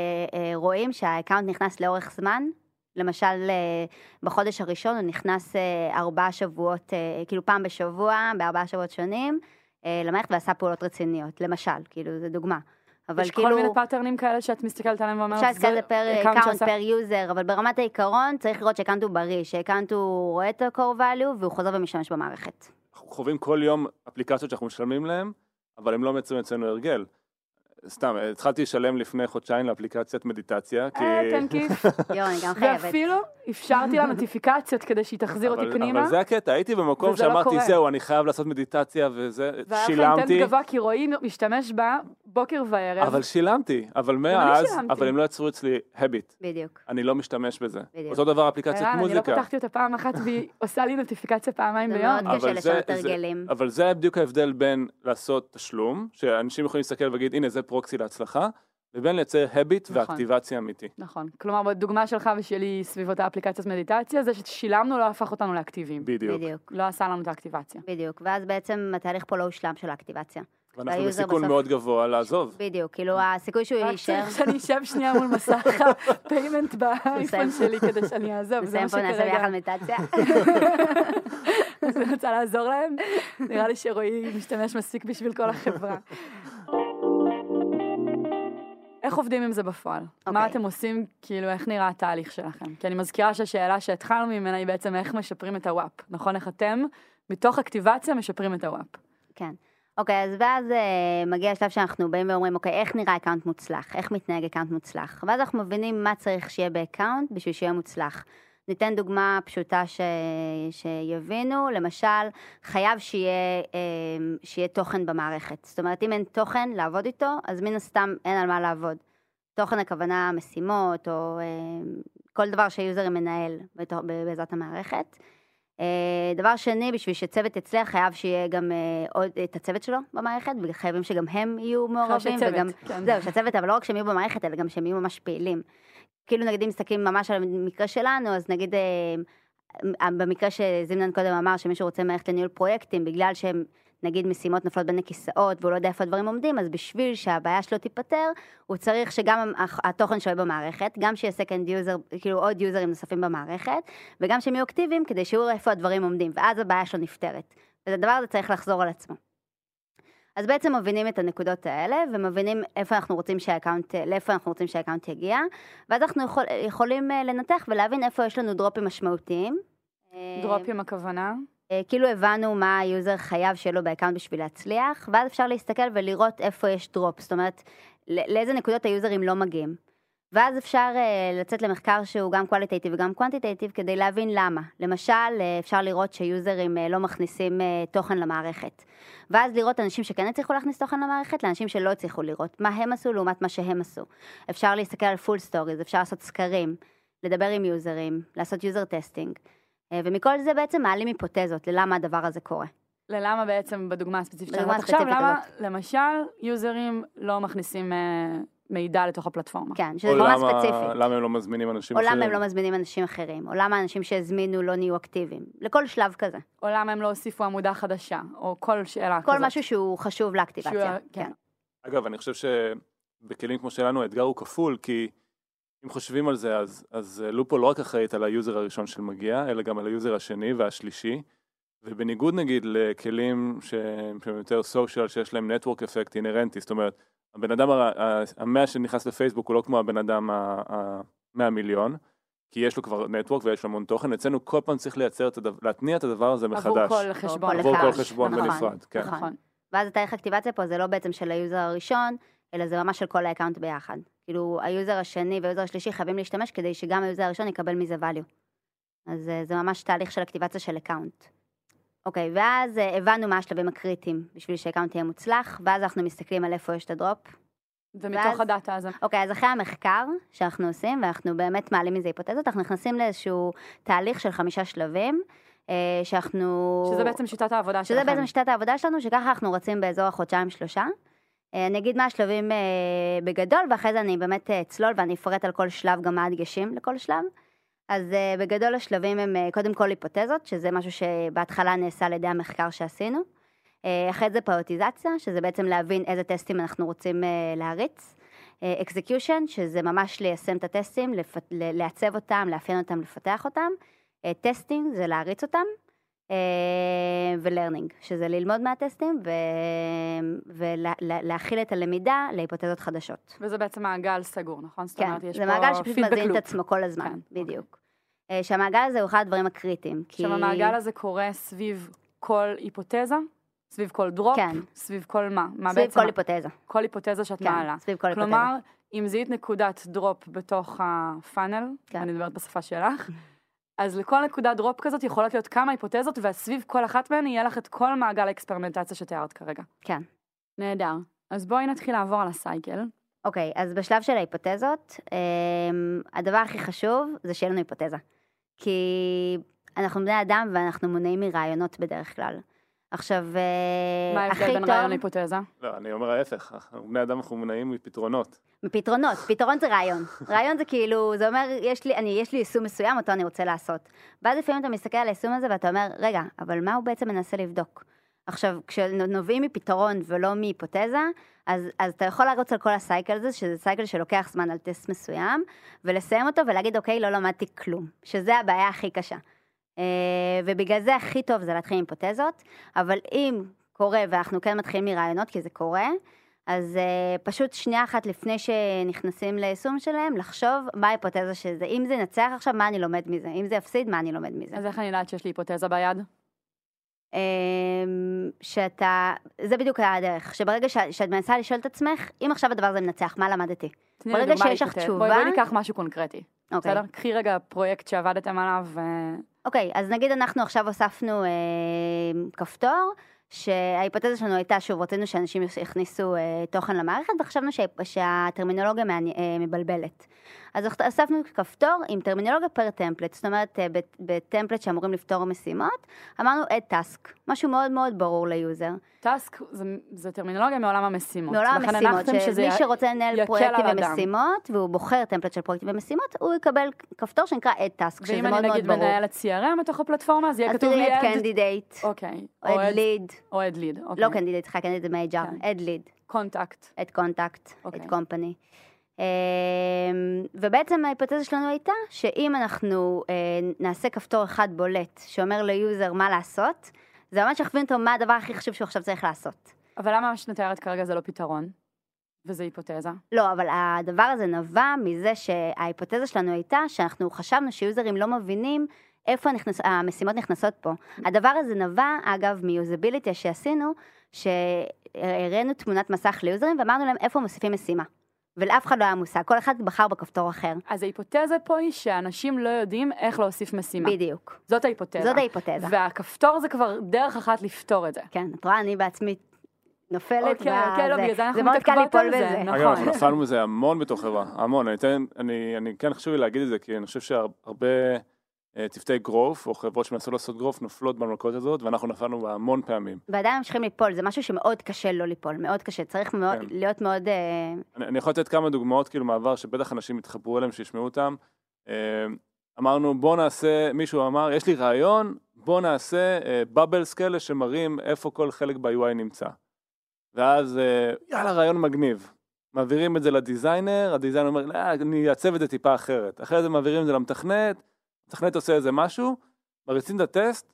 שרואים שהאקאונט נכנס לאורך זמן, למשל בחודש הראשון הוא נכנס ארבעה שבועות, כאילו פעם בשבוע, בארבעה שבועות שונים, למערכת ועשה פעולות רציניות, למשל, כאילו זה דוגמה. אבל
יש
כאילו,
כל מיני פאטרנים כאלה שאת מסתכלת עליהם ואומרת,
אפשר להסתכל על זה פר אקאונט, פר יוזר, אבל ברמת העיקרון צריך לראות שהאקאונט הוא בריא, שהאקאונט הוא רואה את ה-core value והוא חוזר ומשתמש במערכת.
אנחנו חווים כל יום אפליקציות שאנחנו משלמים להם, אבל הם לא מייצרים אצלנו הרגל. סתם, התחלתי לשלם לפני חודשיים לאפליקציית מדיטציה, כי...
אה, תן כיף.
יו, אני גם חייבת.
ואפילו אפשרתי לה נוטיפיקציות כדי שהיא תחזיר אותי פנימה.
אבל זה הקטע, הייתי במקום שאמרתי, זהו, אני חייב לעשות מדיטציה, וזה, שילמתי.
והיה לך אינטנט גבוה, כי רואי משתמש בה בוקר וערב.
אבל שילמתי, אבל מאז, אבל הם לא יצרו אצלי habit.
בדיוק.
אני לא משתמש בזה. אותו דבר אפליקציית מוזיקה.
אני לא פתחתי אותה פעם אחת, והיא עושה לי נוטיפיקציה פעמיים ביום.
זה מאוד קשה לשנות הרגלים.
אבל זה בדיוק ההבדל בין לעשות תשלום, שאנשים יכולים להסתכל ולהגיד, הנה, זה פרוקסי להצלחה, לבין לייצר הביט ואקטיבציה אמיתי.
נכון. כלומר, בדוגמה שלך ושלי סביב אותה אפליקציית מדיטציה, זה ששילמנו לא הפך אותנו לאקטיביים.
בדיוק.
לא עשה לנו את האקטיבציה.
בדיוק. ואז בעצם התהליך פה לא הושלם של האקטיבציה.
ואנחנו בסיכון מאוד גבוה לעזוב.
בדיוק, כאילו הסיכוי שהוא יישאר...
רק צריך שאני אשב שנייה מול מסך הפיימנט באייפון שלי כדי שאני אעזוב.
נסיים פה נעשה ביחד מדיטציה.
אז אני רוצה לעזור להם. נראה לי שרועי משתמש מספיק בשביל כל החברה. איך עובדים עם זה בפועל? Okay. מה אתם עושים, כאילו, איך נראה התהליך שלכם? כי אני מזכירה שהשאלה שהתחלנו ממנה היא בעצם איך משפרים את הוואפ. נכון? איך אתם, מתוך אקטיבציה, משפרים את הוואפ.
כן. אוקיי, אז ואז uh, מגיע השלב שאנחנו באים ואומרים, אוקיי, איך נראה אקאונט מוצלח? איך מתנהג אקאונט מוצלח? ואז אנחנו מבינים מה צריך שיהיה באקאונט בשביל שיהיה מוצלח. ניתן דוגמה פשוטה ש... שיבינו, למשל, חייב שיהיה, שיהיה תוכן במערכת. זאת אומרת, אם אין תוכן לעבוד איתו, אז מן הסתם אין על מה לעבוד. תוכן הכוונה משימות, או כל דבר שהיוזר מנהל בעזרת המערכת. דבר שני, בשביל שצוות יצליח, חייב שיהיה גם עוד את הצוות שלו במערכת, וחייבים שגם הם יהיו מעורבים. וגם... כן. זהו, שהצוות, אבל לא רק שהם יהיו במערכת, אלא גם שהם יהיו ממש פעילים. כאילו נגיד אם מסתכלים ממש על המקרה שלנו, אז נגיד במקרה שזימנן קודם אמר שמישהו רוצה מערכת לניהול פרויקטים, בגלל שהם נגיד משימות נופלות בין הכיסאות, והוא לא יודע איפה הדברים עומדים, אז בשביל שהבעיה שלו תיפטר, הוא צריך שגם התוכן שלו במערכת, גם שיהיה second user, כאילו עוד יוזרים נוספים במערכת, וגם שהם יהיו אקטיביים כדי שיראו איפה הדברים עומדים, ואז הבעיה שלו נפטרת. והדבר הזה צריך לחזור על עצמו. אז בעצם מבינים את הנקודות האלה, ומבינים איפה אנחנו רוצים שהאקאונט, לאיפה אנחנו רוצים שהאקאונט יגיע, ואז אנחנו יכול, יכולים לנתח ולהבין איפה יש לנו דרופים משמעותיים.
דרופים הכוונה?
כאילו הבנו מה היוזר חייב שיהיה לו באקאונט בשביל להצליח, ואז אפשר להסתכל ולראות איפה יש דרופ, זאת אומרת, לאיזה נקודות היוזרים לא מגיעים. ואז אפשר uh, לצאת למחקר שהוא גם קואליטייטיב וגם קוונטיטייטיב כדי להבין למה. למשל, uh, אפשר לראות שיוזרים uh, לא מכניסים uh, תוכן למערכת. ואז לראות אנשים שכן הצליחו להכניס תוכן למערכת, לאנשים שלא הצליחו לראות מה הם עשו לעומת מה שהם עשו. אפשר להסתכל על פול סטוריז, אפשר לעשות סקרים, לדבר עם יוזרים, לעשות יוזר טסטינג. Uh, ומכל זה בעצם מעלים היפותזות ללמה הדבר הזה קורה.
ללמה בעצם בדוגמה הספציפית שלנו עכשיו, למה למשל יוזרים לא מכניסים... Uh... מידע לתוך הפלטפורמה.
כן, שזה דוגמה ספציפית.
למה הם לא מזמינים אנשים
או
אחרים?
או למה הם לא מזמינים אנשים אחרים, או למה האנשים שהזמינו לא נהיו אקטיביים. לכל שלב כזה.
או למה הם לא הוסיפו עמודה חדשה, או כל שאלה
כל
כזאת.
כל משהו שהוא חשוב לאקטיבציה.
שהוא, כן.
אגב, אני חושב שבכלים כמו שלנו האתגר הוא כפול, כי אם חושבים על זה, אז, אז לופו לא רק אחראית על היוזר הראשון של מגיע, אלא גם על היוזר השני והשלישי, ובניגוד נגיד לכלים שהם יותר סושיאל, שיש להם נטוורק אפקט אינרנטי, זאת אומרת, הבן אדם המאה שנכנס לפייסבוק הוא לא כמו הבן אדם המאה מיליון, כי יש לו כבר נטוורק ויש לו המון תוכן, אצלנו כל פעם צריך לייצר, להתניע את הדבר הזה מחדש.
עבור כל חשבון.
עבור כל חשבון בנפרד, כן.
נכון. ואז התהליך אקטיבציה פה זה לא בעצם של היוזר הראשון, אלא זה ממש של כל האקאונט ביחד. כאילו היוזר השני והיוזר השלישי חייבים להשתמש כדי שגם היוזר הראשון יקבל מזה value. אז זה ממש תהליך של אקטיבציה של אקאונט. אוקיי, ואז הבנו מה השלבים הקריטיים בשביל שהאקאונט יהיה מוצלח, ואז אנחנו מסתכלים על איפה יש את הדרופ.
ומתוך ואז, הדאטה הזה.
אוקיי, אז אחרי המחקר שאנחנו עושים, ואנחנו באמת מעלים מזה היפותזות, אנחנו נכנסים לאיזשהו תהליך של חמישה שלבים, שאנחנו...
שזה בעצם שיטת העבודה
שזה
שלכם.
בעצם שיטת העבודה שלנו, שככה אנחנו רצים באזור החודשיים שלושה. אני אגיד מה השלבים בגדול, ואחרי זה אני באמת אצלול, ואני אפרט על כל שלב גם מה הדגשים לכל שלב. אז uh, בגדול השלבים הם uh, קודם כל היפותזות, שזה משהו שבהתחלה נעשה על ידי המחקר שעשינו. Uh, אחרי זה פריוטיזציה, שזה בעצם להבין איזה טסטים אנחנו רוצים uh, להריץ. אקזקיושן, uh, שזה ממש ליישם את הטסטים, לפ... לעצב אותם, לאפיין אותם, לפתח אותם. טסטינג, uh, זה להריץ אותם. Uh, ולרנינג, שזה ללמוד מהטסטים ו... ולהכיל את הלמידה להיפותזות חדשות.
וזה בעצם מעגל סגור, נכון?
כן, אומרת, זה מעגל שפשוט מזין את עצמו כל הזמן, כן, בדיוק. Okay. שהמעגל הזה הוא אחד הדברים הקריטיים. כי...
שהמעגל הזה קורה סביב כל היפותזה, סביב כל דרופ, כן. סביב כל מה? מה
סביב
בעצם?
כל היפותזה.
כל היפותזה שאת
כן,
מעלה.
סביב כל
כלומר,
היפותזה.
אם זיהית נקודת דרופ בתוך הפאנל, כן. אני מדברת בשפה שלך, אז לכל נקודת דרופ כזאת יכולות להיות כמה היפותזות, וסביב כל אחת מהן יהיה לך את כל מעגל האקספרימנטציה שתיארת כרגע.
כן.
נהדר. אז בואי נתחיל לעבור על הסייקל.
אוקיי, אז בשלב של ההיפותזות, הדבר הכי חשוב זה שיהיה לנו היפותזה. כי אנחנו בני אדם ואנחנו מונעים מרעיונות בדרך כלל. עכשיו,
מה ההבדל בין רעיון להיפותזה?
לא, אני אומר ההפך, אנחנו בני אדם אנחנו מונעים מפתרונות.
מפתרונות, פתרון זה רעיון. רעיון זה כאילו, זה אומר, יש לי, אני, יש לי יישום מסוים, אותו אני רוצה לעשות. ואז לפעמים אתה מסתכל על היישום הזה ואתה אומר, רגע, אבל מה הוא בעצם מנסה לבדוק? עכשיו, כשנובעים מפתרון ולא מהיפותזה, אז, אז אתה יכול לרוץ על כל הסייקל הזה, שזה סייקל שלוקח זמן על טסט מסוים, ולסיים אותו ולהגיד, אוקיי, לא למדתי כלום, שזה הבעיה הכי קשה. ובגלל זה הכי טוב זה להתחיל עם היפותזות, אבל אם קורה, ואנחנו כן מתחילים מרעיונות, כי זה קורה, אז uh, פשוט שנייה אחת לפני שנכנסים ליישום שלהם, לחשוב מה ההיפותזה שזה. אם זה נצח עכשיו, מה אני לומד מזה? אם זה יפסיד, מה אני לומד מזה?
אז איך אני יודעת שיש לי היפותזה ביד?
Um, שאתה, זה בדיוק הדרך, שברגע ש, שאת מנסה לשאול את עצמך, אם עכשיו הדבר הזה מנצח, מה למדתי? ברגע שיש לך תשובה...
בואי, בואי ניקח משהו קונקרטי.
אוקיי.
בסדר? קחי רגע פרויקט שעבדתם עליו.
אוקיי, אז נגיד אנחנו עכשיו הוספנו אה, כפתור, שההיפותזה שלנו הייתה, שוב, רצינו שאנשים יכניסו אה, תוכן למערכת, וחשבנו שה, שהטרמינולוגיה מעני, אה, מבלבלת. אז הוספנו כפתור עם טרמינולוגיה פר טמפלט, זאת אומרת, בטמפלט שאמורים לפתור משימות, אמרנו add task, משהו מאוד מאוד ברור ליוזר.
task זה, זה טרמינולוגיה מעולם המשימות.
מעולם המשימות, שמי שרוצה לנהל פרויקטים ומשימות, והוא בוחר טמפלט של פרויקטים ומשימות, הוא יקבל כפתור שנקרא add task, שזה מאוד מאוד ברור.
ואם אני נגיד מנהלת סי אר אם בתוך הפלטפורמה, אז יהיה כתוב לי
add candidate,
אוקיי.
או add lead.
או add lead, אוקיי.
לא candidate, סליחה, candidate זה מ-אייץ' אר, add lead.
contact.
add contact, add company. ובעצם ההיפותזה שלנו הייתה שאם אנחנו נעשה כפתור אחד בולט שאומר ליוזר מה לעשות, זה ממש יכווין אותו מה הדבר הכי חשוב שהוא עכשיו צריך לעשות.
אבל למה מה שנתארת כרגע זה לא פתרון? וזה היפותזה?
לא, אבל הדבר הזה נבע מזה שההיפותזה שלנו הייתה שאנחנו חשבנו שיוזרים לא מבינים איפה נכנס, המשימות נכנסות פה. הדבר הזה נבע, אגב, מיוזביליטי שעשינו, שהראינו תמונת מסך ליוזרים ואמרנו להם איפה מוסיפים משימה. ולאף אחד לא היה מושג, כל אחד בחר בכפתור אחר.
אז ההיפותזה פה היא שאנשים לא יודעים איך להוסיף משימה.
בדיוק.
זאת ההיפותזה.
זאת ההיפותזה.
והכפתור זה כבר דרך אחת לפתור את זה.
כן, את רואה, אני בעצמי נופלת,
אוקיי, אוקיי, לא, בגלל זה אנחנו
זה מאוד קל ליפול בזה.
נכון.
אגב, אנחנו נפלנו מזה המון בתוך חברה, המון. אני, אתן, אני, אני כן חשוב לי להגיד את זה, כי אני חושב שהרבה צוותי גרוף, או חברות שמנסות לעשות גרוף, נופלות במלכות הזאת, ואנחנו נפלנו בה המון פעמים.
ועדיין ממשיכים ליפול, זה משהו שמאוד קשה לא ליפול, מאוד קשה, צריך מאוד, כן. להיות מאוד...
אני, אני יכול לתת כמה דוגמאות, כאילו מעבר, שבטח אנשים יתחברו אליהם, שישמעו אותם. אמרנו, בוא נעשה, מישהו אמר, יש לי רעיון, בוא נעשה בבלס כאלה שמראים איפה כל חלק ב-יו איי נמצא. ואז, יאללה, רעיון מגניב. מעבירים את זה לדיזיינר, הדיזיינר אומר, לא, אני אעצב את זה טיפה אחרת. אחרי זה מעבירים את זה למתכנת, המתכנת עושה איזה משהו, מריצים את הטסט,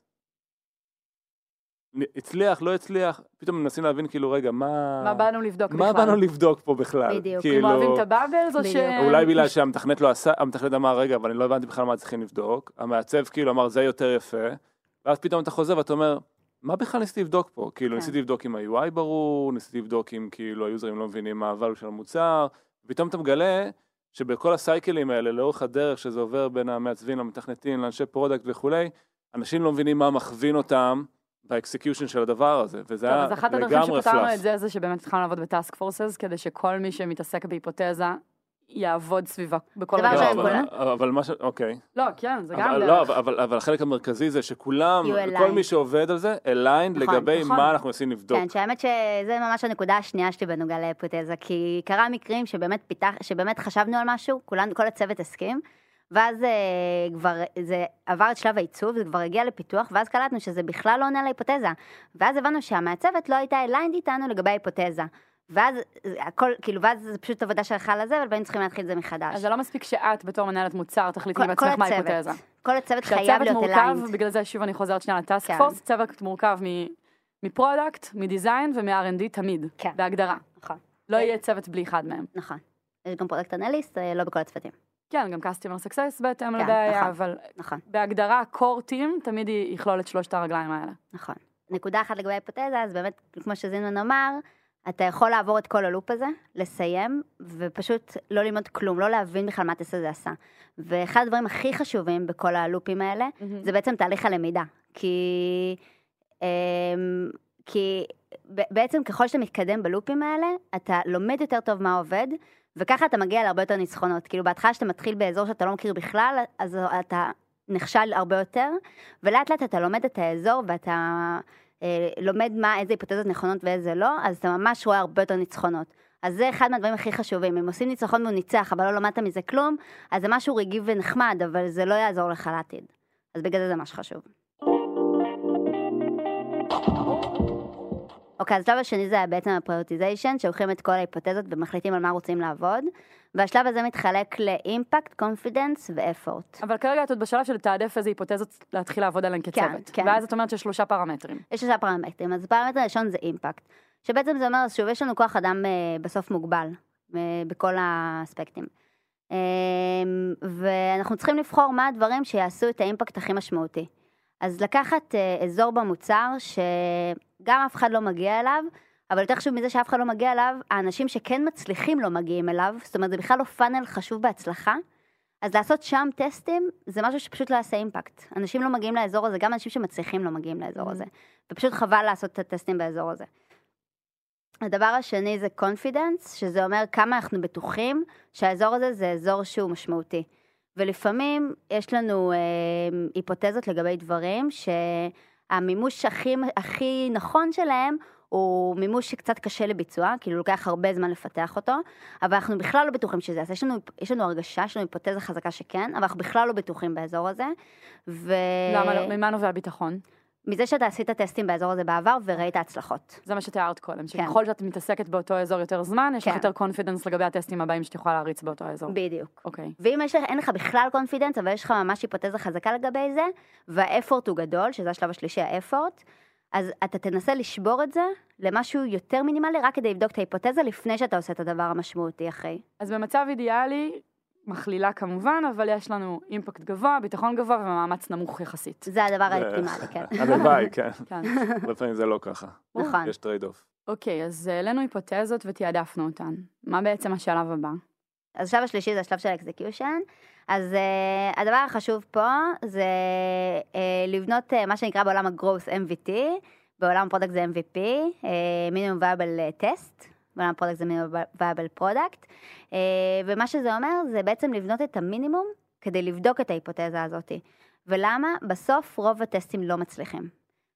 הצליח, לא הצליח, פתאום מנסים להבין כאילו, רגע, מה...
מה באנו לבדוק
בכלל? מה באנו לבדוק פה בכלל?
בדיוק.
כאילו... הם אוהבים את הבאבלס או ש...
אולי בגלל שהמתכנת לא עשה, המתכנת אמר, רגע, אבל אני לא הבנתי בכלל מה צריכים לבדוק, המעצב כאילו אמר, זה יותר יפה, ואז פתאום אתה חוזר ואתה אומר, מה בכלל ניסיתי לבדוק פה? כאילו, ניסיתי לבדוק אם ה-יו איי ברור, ניסיתי לבדוק אם כאילו היוזרים לא מבינים מה הvalue של המוצר, ופתאום אתה מגלה שבכל הסייקלים האלה, לאורך הדרך שזה עובר בין המעצבים, למתכנתים, לאנשי פרודקט וכולי, אנשים לא מבינים מה מכווין אותם באקסקיושן של הדבר הזה, וזה היה לגמרי פלאף. אז אחת הדרכים
שפתרנו את זה, זה שבאמת התחלנו לעבוד בטאסק פורסס, כדי שכל מי שמתעסק בהיפותזה, יעבוד סביבה בכל
דבר
אבל, אבל מה ש... אוקיי.
לא, כן, זה גם
אבל,
דרך.
לא, אבל, אבל, אבל החלק המרכזי זה שכולם, כל מי שעובד על זה, aligned
נכון,
לגבי
נכון.
מה אנחנו עושים לבדוק.
כן, שהאמת שזה ממש הנקודה השנייה שלי בנוגע להיפותזה, כי קרה מקרים שבאמת פיתח, שבאמת חשבנו על משהו, כולן, כל הצוות הסכים, ואז זה כבר, זה עבר את שלב העיצוב, זה כבר הגיע לפיתוח, ואז קלטנו שזה בכלל לא עונה להיפותזה, ואז הבנו שהמעצבת לא הייתה aligned איתנו לגבי ההיפותזה. ואז הכל, כאילו, ואז זה פשוט עבודה שהלכה לזה, אבל היינו צריכים להתחיל את זה מחדש.
אז זה לא מספיק שאת בתור מנהלת מוצר תחליטי עם עצמך מה היפותזה.
כל הצוות חייב להיות אליינד.
בגלל זה שוב אני חוזרת שנייה לטאסק פורס, צוות מורכב מפרודקט, מדיזיין ומ-אר אנד די תמיד, בהגדרה.
נכון.
לא יהיה צוות בלי אחד מהם.
נכון. יש גם פרודקט אנליסט, לא בכל הצוותים.
כן, גם customer success בהתאם לבעיה, אבל בהגדרה core team תמיד יכלול את שלושת הרגליים האלה.
נכון. נקודה אחת לגבי ההיפותזה, אז באמת, כמו שזינמן אמר, אתה יכול לעבור את כל הלופ הזה, לסיים, ופשוט לא ללמוד כלום, לא להבין בכלל מה הטסט הזה עשה. ואחד הדברים הכי חשובים בכל הלופים האלה, mm-hmm. זה בעצם תהליך הלמידה. כי, כי בעצם ככל שאתה מתקדם בלופים האלה, אתה לומד יותר טוב מה עובד, וככה אתה מגיע להרבה יותר ניצחונות. כאילו בהתחלה שאתה מתחיל באזור שאתה לא מכיר בכלל, אז אתה נכשל הרבה יותר, ולאט לאט אתה לומד את האזור, ואתה לומד מה, איזה היפותזות נכונות ואיזה לא, אז אתה ממש רואה הרבה יותר ניצחונות. אז זה אחד מהדברים הכי חשובים. אם עושים ניצחון והוא ניצח, אבל לא למדת מזה כלום, אז זה משהו רגיב ונחמד, אבל זה לא יעזור לך לעתיד. אז בגלל זה זה ממש חשוב. אוקיי, אז השלב השני זה בעצם הפריוריטיזיישן, שלוקחים את כל ההיפותזות ומחליטים על מה רוצים לעבוד, והשלב הזה מתחלק לאימפקט, קונפידנס ואפורט.
אבל כרגע את עוד בשלב של לתעדף איזה היפותזות להתחיל לעבוד עליהן כצוות.
כן, כן.
ואז את אומרת שיש שלושה פרמטרים.
יש שלושה פרמטרים, אז הפרמטר הראשון זה אימפקט, שבעצם זה אומר, שוב, יש לנו כוח אדם בסוף מוגבל, בכל האספקטים. ואנחנו צריכים לבחור מה הדברים שיעשו את האימפקט הכי משמעותי. אז לקחת אזור במוצר שגם אף אחד לא מגיע אליו, אבל יותר חשוב מזה שאף אחד לא מגיע אליו, האנשים שכן מצליחים לא מגיעים אליו, זאת אומרת, זה בכלל לא פאנל חשוב בהצלחה, אז לעשות שם טסטים, זה משהו שפשוט לא יעשה אימפקט. אנשים לא מגיעים לאזור הזה, גם אנשים שמצליחים לא מגיעים לאזור הזה. ופשוט חבל לעשות את הטסטים באזור הזה. הדבר השני זה confidence, שזה אומר כמה אנחנו בטוחים שהאזור הזה זה אזור שהוא משמעותי. ולפעמים יש לנו אה, היפותזות לגבי דברים שהמימוש הכי, הכי נכון שלהם הוא מימוש שקצת קשה לביצוע, כאילו לוקח הרבה זמן לפתח אותו, אבל אנחנו בכלל לא בטוחים שזה. אז יש לנו, יש לנו הרגשה, יש לנו היפותזה חזקה שכן, אבל אנחנו בכלל לא בטוחים באזור הזה. ו...
למה לא? ממה נובע הביטחון?
מזה שאתה עשית טסטים באזור הזה בעבר וראית הצלחות.
זה מה שתיארת קודם, שככל שאת מתעסקת באותו אזור יותר זמן, יש לך יותר קונפידנס לגבי הטסטים הבאים שתוכל להריץ באותו האזור.
בדיוק.
אוקיי.
ואם יש לך, אין לך בכלל קונפידנס, אבל יש לך ממש היפותזה חזקה לגבי זה, והאפורט הוא גדול, שזה השלב השלישי, האפורט, אז אתה תנסה לשבור את זה למשהו יותר מינימלי, רק כדי לבדוק את ההיפותזה לפני שאתה עושה את הדבר המשמעותי אחרי.
אז במצב אידיאלי, מכלילה כמובן, אבל יש לנו אימפקט גבוה, ביטחון גבוה ומאמץ נמוך יחסית.
זה הדבר האופטימלי, כן.
הלוואי, כן. לפעמים זה לא ככה.
נכון.
יש טרייד אוף.
אוקיי, אז העלינו היפותזות ותיעדפנו אותן. מה בעצם השלב הבא?
אז השלב השלישי זה השלב של האקזקיושן. אז uh, הדבר החשוב פה זה uh, לבנות uh, מה שנקרא בעולם ה-Growth M V T, בעולם הפרודקט זה M V P, uh, Minimum Viable Test, בעולם הפרודקט זה Minimum Viable Product, uh, ומה שזה אומר זה בעצם לבנות את המינימום כדי לבדוק את ההיפותזה הזאת. ולמה? בסוף רוב הטסטים לא מצליחים.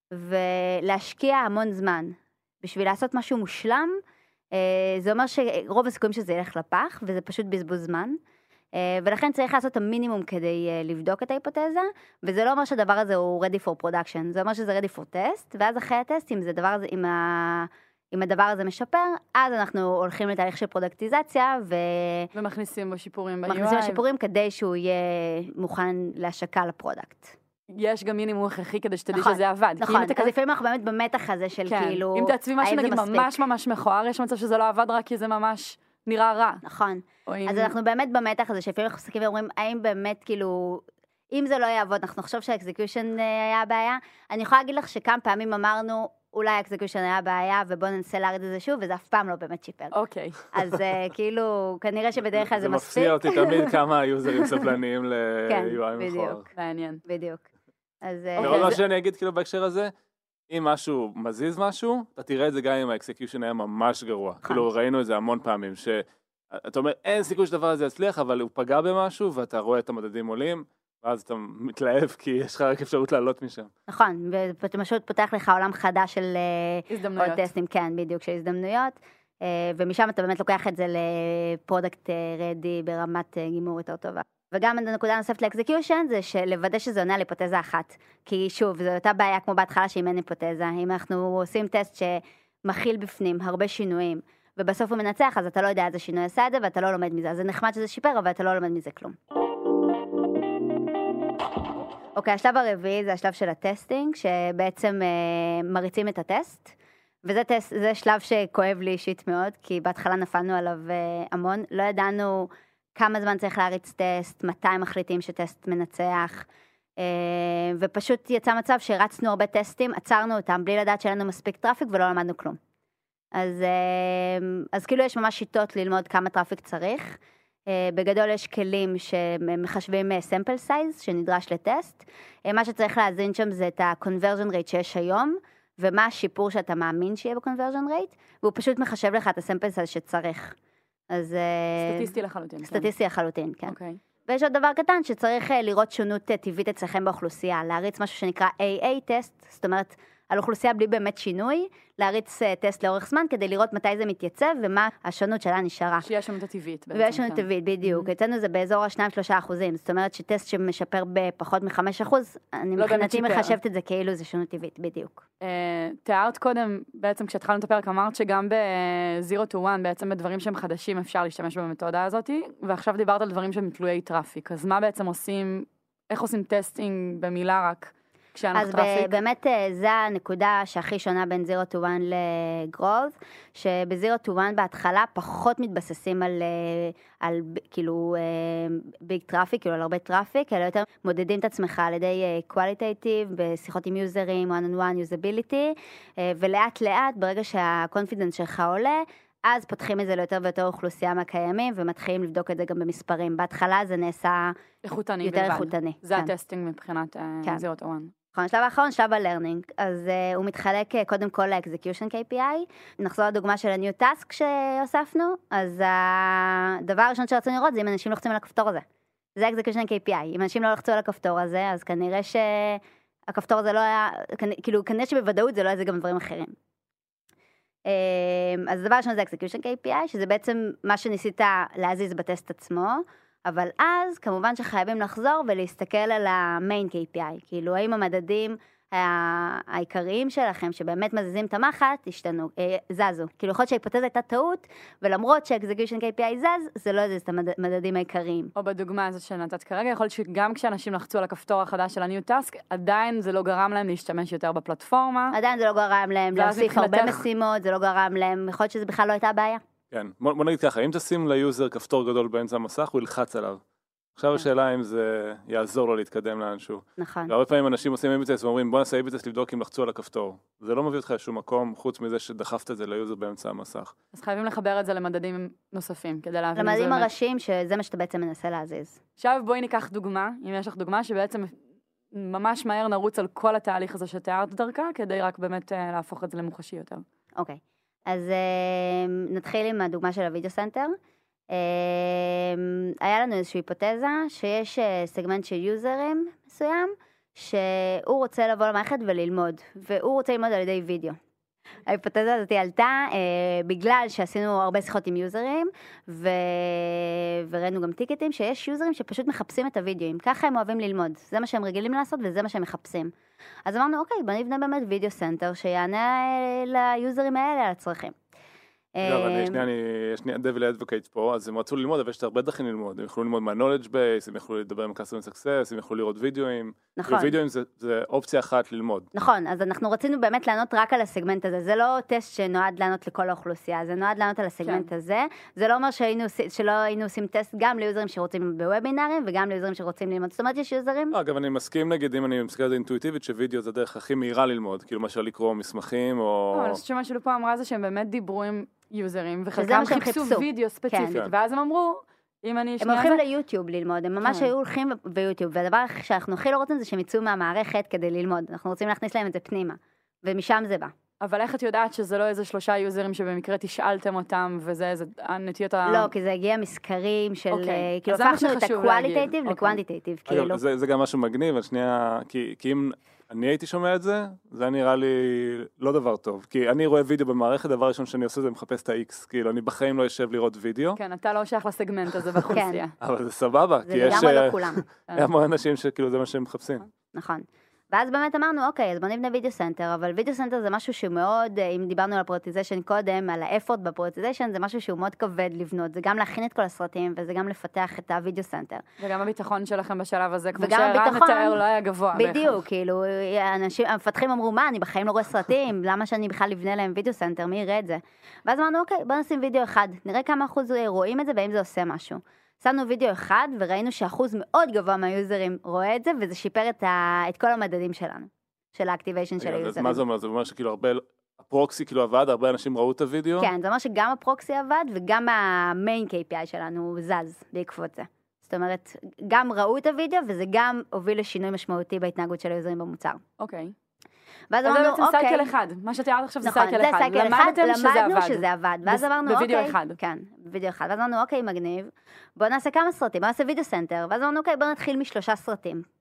ולהשקיע המון זמן בשביל לעשות משהו מושלם, uh, זה אומר שרוב הסיכויים שזה ילך לפח, וזה פשוט בזבוז זמן. ולכן צריך לעשות את המינימום כדי לבדוק את ההיפותזה, וזה לא אומר שהדבר הזה הוא ready for production, זה אומר שזה ready for test, ואז אחרי הטסט, אם זה דבר הזה, אם, ה... אם הדבר הזה משפר, אז אנחנו הולכים לתהליך של פרודקטיזציה, ו...
ומכניסים בו שיפורים ב-U I.
מכניסים שיפורים כדי שהוא יהיה מוכן להשקה לפרודקט.
יש גם מינימום הכרחי כדי שתדעי
נכון,
שזה עבד.
נכון, אז לפעמים אנחנו באמת במתח הזה של
כן.
כאילו,
אם תעצבי משהו נגיד ממש ממש מכוער, יש מצב שזה לא עבד רק כי זה ממש נראה רע.
נכון.
אם...
אז אנחנו באמת במתח הזה, שלפעמים אנחנו מסתכלים ואומרים, האם באמת כאילו, אם זה לא יעבוד, אנחנו נחשוב שהאקזקיושן היה הבעיה. אני יכולה להגיד לך שכמה פעמים אמרנו, אולי האקזקיושן היה הבעיה, ובוא ננסה להריד את זה שוב, וזה אף פעם לא באמת שיפר.
אוקיי.
אז כאילו, כנראה שבדרך כלל זה מספיק.
זה מפתיע אותי תמיד כמה היוזרים סבלניים ל-U I מכוער.
בדיוק.
מעניין.
בדיוק. אז...
ועוד מה שאני אגיד כאילו בהקשר הזה, אם משהו מזיז משהו, אתה תראה את זה גם אם האקזקיושן היה ממש גרוע. כאילו ראינו את זה המון פעמים, שאתה אומר, אין סיכוי שדבר הזה יצליח, אבל הוא פגע במשהו, ואתה רואה את המדדים עולים, ואז אתה מתלהב, כי יש לך רק אפשרות לעלות משם.
נכון, ואתה פשוט פותח לך עולם חדש של...
הזדמנויות.
עוד טסטים, כן, בדיוק, של הזדמנויות, ומשם אתה באמת לוקח את זה לפרודקט רדי ברמת גימור יותר טובה. וגם הנקודה נוספת לאקזקיושן זה לוודא שזה עונה על היפותזה אחת. כי שוב, זו אותה בעיה כמו בהתחלה שאם אין היפותזה. אם אנחנו עושים טסט שמכיל בפנים הרבה שינויים, ובסוף הוא מנצח, אז אתה לא יודע איזה שינוי עשה את זה, ואתה לא לומד מזה. אז זה נחמד שזה שיפר, אבל אתה לא לומד מזה כלום. אוקיי, השלב הרביעי זה השלב של הטסטינג, שבעצם אה, מריצים את הטסט. וזה טסט, זה שלב שכואב לי אישית מאוד, כי בהתחלה נפלנו עליו אה, המון. לא ידענו כמה זמן צריך להריץ טסט, מתי מחליטים שטסט מנצח, ופשוט יצא מצב שרצנו הרבה טסטים, עצרנו אותם בלי לדעת שאין לנו מספיק טראפיק ולא למדנו כלום. אז, אז כאילו יש ממש שיטות ללמוד כמה טראפיק צריך. בגדול יש כלים שמחשבים sample size שנדרש לטסט. מה שצריך להזין שם זה את ה-conversion rate שיש היום, ומה השיפור שאתה מאמין שיהיה ב-conversion rate, והוא פשוט מחשב לך את ה-sample size שצריך. אז...
סטטיסטי לחלוטין.
סטטיסטי לחלוטין, כן.
אוקיי.
ויש עוד דבר קטן שצריך לראות שונות טבעית אצלכם באוכלוסייה, להריץ משהו שנקרא A A טסט, זאת אומרת, על אוכלוסייה בלי באמת שינוי, להריץ טסט לאורך זמן, כדי לראות מתי זה מתייצב, ומה השונות שלה נשארה.
שיש שונות טבעית בעצם.
ויש שונות טבעית, בדיוק. אצלנו זה באזור ה-שתיים עד שלושה אחוזים, זאת אומרת שטסט שמשפר בפחות מ-חמש אחוז, אני מבחינתי מחשבת את זה כאילו זה שונות טבעית, בדיוק.
תיארת קודם, בעצם כשהתחלנו את הפרק, אמרת שגם ב-זירו טו וואן, בעצם בדברים שהם חדשים אפשר להשתמש במתודה הזאת, ועכשיו דיברת על דברים שהם תלויי טראפיק, אז מה בעצם עושים, איך עושים טסטינג במילה רק?
אז באמת זה הנקודה שהכי שונה בין זירו טו וואן לגרוז, שבזירו טו וואן בהתחלה פחות מתבססים על, על כאילו ביג טראפיק, כאילו על הרבה טראפיק, אלא יותר מודדים את עצמך על ידי qualitative, בשיחות עם יוזרים, one on one usability, ולאט לאט ברגע שהקונפידנס שלך עולה, אז פותחים את זה ליותר ויותר אוכלוסייה מהקיימים, ומתחילים לבדוק את זה גם במספרים. בהתחלה זה נעשה
איכותני
יותר
בלבד.
איכותני.
זה
כן.
הטסטינג מבחינת זירו טו וואן.
נכון, שלב האחרון, שלב הלרנינג, אז uh, הוא מתחלק uh, קודם כל ל-execution קיי פי איי, נחזור לדוגמה של ה-new task שהוספנו, אז הדבר הראשון שרצינו לראות זה אם אנשים לוחצים על הכפתור הזה, זה execution קיי פי איי, אם אנשים לא לחצו על הכפתור הזה, אז כנראה שהכפתור הזה לא היה, כאילו כנראה שבוודאות זה לא היה זה גם דברים אחרים. אז הדבר הראשון זה execution קיי פי איי, שזה בעצם מה שניסית להזיז בטסט עצמו, אבל אז כמובן שחייבים לחזור ולהסתכל על המיין קיי פי איי, כאילו האם המדדים העיקריים שלכם שבאמת מזיזים את המחט, השתנו, זזו. כאילו יכול להיות שההיפותזה הייתה טעות, ולמרות ש-execution קיי פי איי זז, זה לא יזיז את המדדים העיקריים.
או בדוגמה הזאת שנתת כרגע, יכול להיות שגם כשאנשים לחצו על הכפתור החדש של ה-new task, עדיין זה לא גרם להם להשתמש יותר בפלטפורמה.
עדיין זה לא גרם להם להוסיף הרבה משימות, זה לא גרם להם, יכול להיות שזה בכלל לא הייתה בעיה.
כן, בוא נגיד ככה, אם תשים ליוזר כפתור גדול באמצע המסך, הוא ילחץ עליו. עכשיו השאלה אם זה יעזור לו להתקדם לאנשהו.
נכון.
והרבה פעמים אנשים עושים איי בי טסט ואומרים, בוא נעשה איי בי טסט לבדוק אם לחצו על הכפתור. זה לא מביא אותך לשום מקום, חוץ מזה שדחפת את זה ליוזר באמצע המסך.
אז חייבים לחבר את זה למדדים נוספים, כדי להבין.
למדדים הראשיים, שזה מה שאתה בעצם מנסה להזיז.
עכשיו בואי ניקח דוגמה, אם יש לך דוגמה, שבעצם ממש מהר נרוץ על כל התהליך הזה שתיארת דרכה, כדי רק באמת להפוך את זה למוחשי יותר.
אוקיי. אז נתחיל עם הדוגמה של הוידאו סנטר. היה לנו איזושהי היפותזה שיש סגמנט של יוזרים מסוים, שהוא רוצה לבוא למערכת וללמוד, והוא רוצה ללמוד על ידי וידאו. ההיפותזה הזאת עלתה בגלל שעשינו הרבה שיחות עם יוזרים, וראינו גם טיקטים שיש יוזרים שפשוט מחפשים את הוידאוים, ככה הם אוהבים ללמוד, זה מה שהם רגילים לעשות וזה מה שהם מחפשים. אז אמרנו, אוקיי, בוא נבנה באמת וידאו סנטר שיענה ליוזרים האלה על הצרכים.
לא, אבל שנייה, אני, שנייה, דביל אדבוקייט פה, אז הם רצו ללמוד, אבל יש הרבה דרכים ללמוד. הם יכולו ללמוד מה-knowledge base, הם יכולו לדבר עם customer success, הם יכולו לראות וידאוים.
נכון.
וידאוים זה, זה אופציה אחת ללמוד.
נכון, אז אנחנו רצינו באמת לענות רק על הסגמנט הזה. זה לא טסט שנועד לענות לכל האוכלוסייה, זה נועד לענות על הסגמנט כן. הזה. זה לא אומר שהיינו, שלא היינו עושים טסט גם ליוזרים שרוצים בוובינרים, וגם ליוזרים שרוצים ללמוד. זאת אומרת, יש יוזרים?
לא, אגב, אני מסכים, נגיד, אם אני מסכים על זה אינטואיטיבית, שווידאו זה הדרך הכי מהירה ללמוד, כאילו מה לקרוא מסמכים או...
לא, אני חושבת שמה שלו פה אמרה זה שהם באמת דיברו עם יוזרים, וחלקם חיפשו וידאו ספציפית, כן. ואז הם אמרו, אם אני...
הם הולכים זה... ליוטיוב ללמוד, הם ממש כן. היו הולכים ביוטיוב, והדבר שאנחנו הכי לא רוצים זה שהם יצאו מהמערכת כדי ללמוד, אנחנו רוצים להכניס להם את זה פנימה, ומשם זה בא.
אבל איך את יודעת שזה לא איזה שלושה יוזרים שבמקרה תשאלתם אותם, וזה איזה הנטיות ה...
לא, כי זה הגיע מסקרים של... Okay. כאילו, הפכנו את ה-qualitative ל-quantitative,
כאילו. אגב, זה, זה גם משהו מגניב, אבל שנייה, כי, כי אם אני הייתי שומע את זה, זה נראה לי לא דבר טוב. כי אני רואה וידאו במערכת, דבר ראשון שאני עושה זה מחפש את ה-X, כאילו, אני בחיים לא יושב לראות וידאו.
כן, אתה לא שייך לסגמנט הזה באוכלוסייה.
אבל זה סבבה, כי יש...
זה לא כולם.
המון אנשים שכאילו זה מה שהם מחפשים.
נכון. ואז באמת אמרנו, אוקיי, אז בוא נבנה וידאו סנטר, אבל וידאו סנטר זה משהו שמאוד, אם דיברנו על הפרוטיזיישן קודם, על האפורט בפרוטיזיישן, זה משהו שהוא מאוד כבד לבנות, זה גם להכין את כל הסרטים, וזה גם לפתח את הוידאו סנטר.
וגם הביטחון שלכם בשלב הזה, כמו שהרן מתאר, לא היה גבוה.
בדיוק, כאילו, אנשים, המפתחים אמרו, מה, אני בחיים לא רואה סרטים, למה שאני בכלל לבנה להם וידאו סנטר, מי יראה את זה? ואז אמרנו, אוקיי, בוא נשים וידאו אחד, נראה כמה אחוז רואים את זה, ואם זה עושה משהו. שמנו וידאו אחד, וראינו שאחוז מאוד גבוה מהיוזרים רואה את זה, וזה שיפר את, ה... את כל המדדים שלנו, של האקטיביישן של היוזרים.
מה זה אומר? זה אומר שכאילו הרבה, הפרוקסי כאילו עבד, הרבה אנשים ראו את הוידאו?
כן, זה אומר שגם הפרוקסי עבד, וגם המיין קיי פי איי שלנו זז בעקבות זה. זאת אומרת, גם ראו את הוידאו, וזה גם הוביל לשינוי משמעותי בהתנהגות של היוזרים במוצר.
אוקיי.
ואז
אמרנו,
זה
בעצם
אוקיי.
סייקל אחד, מה שתיארת עכשיו זה
נכון,
סייקל
זה
אחד.
סייקל אחד, למדנו
שזה
שזה עבד. ואז אמרנו,
בווידאו
אוקיי,
אחד.
כן, בווידאו אחד. ואז אמרנו, אוקיי, מגניב, בוא נעשה כמה סרטים, בוא נעשה וידאו סנטר. ואז אמרנו, אוקיי, בוא נתחיל משלושה סרטים.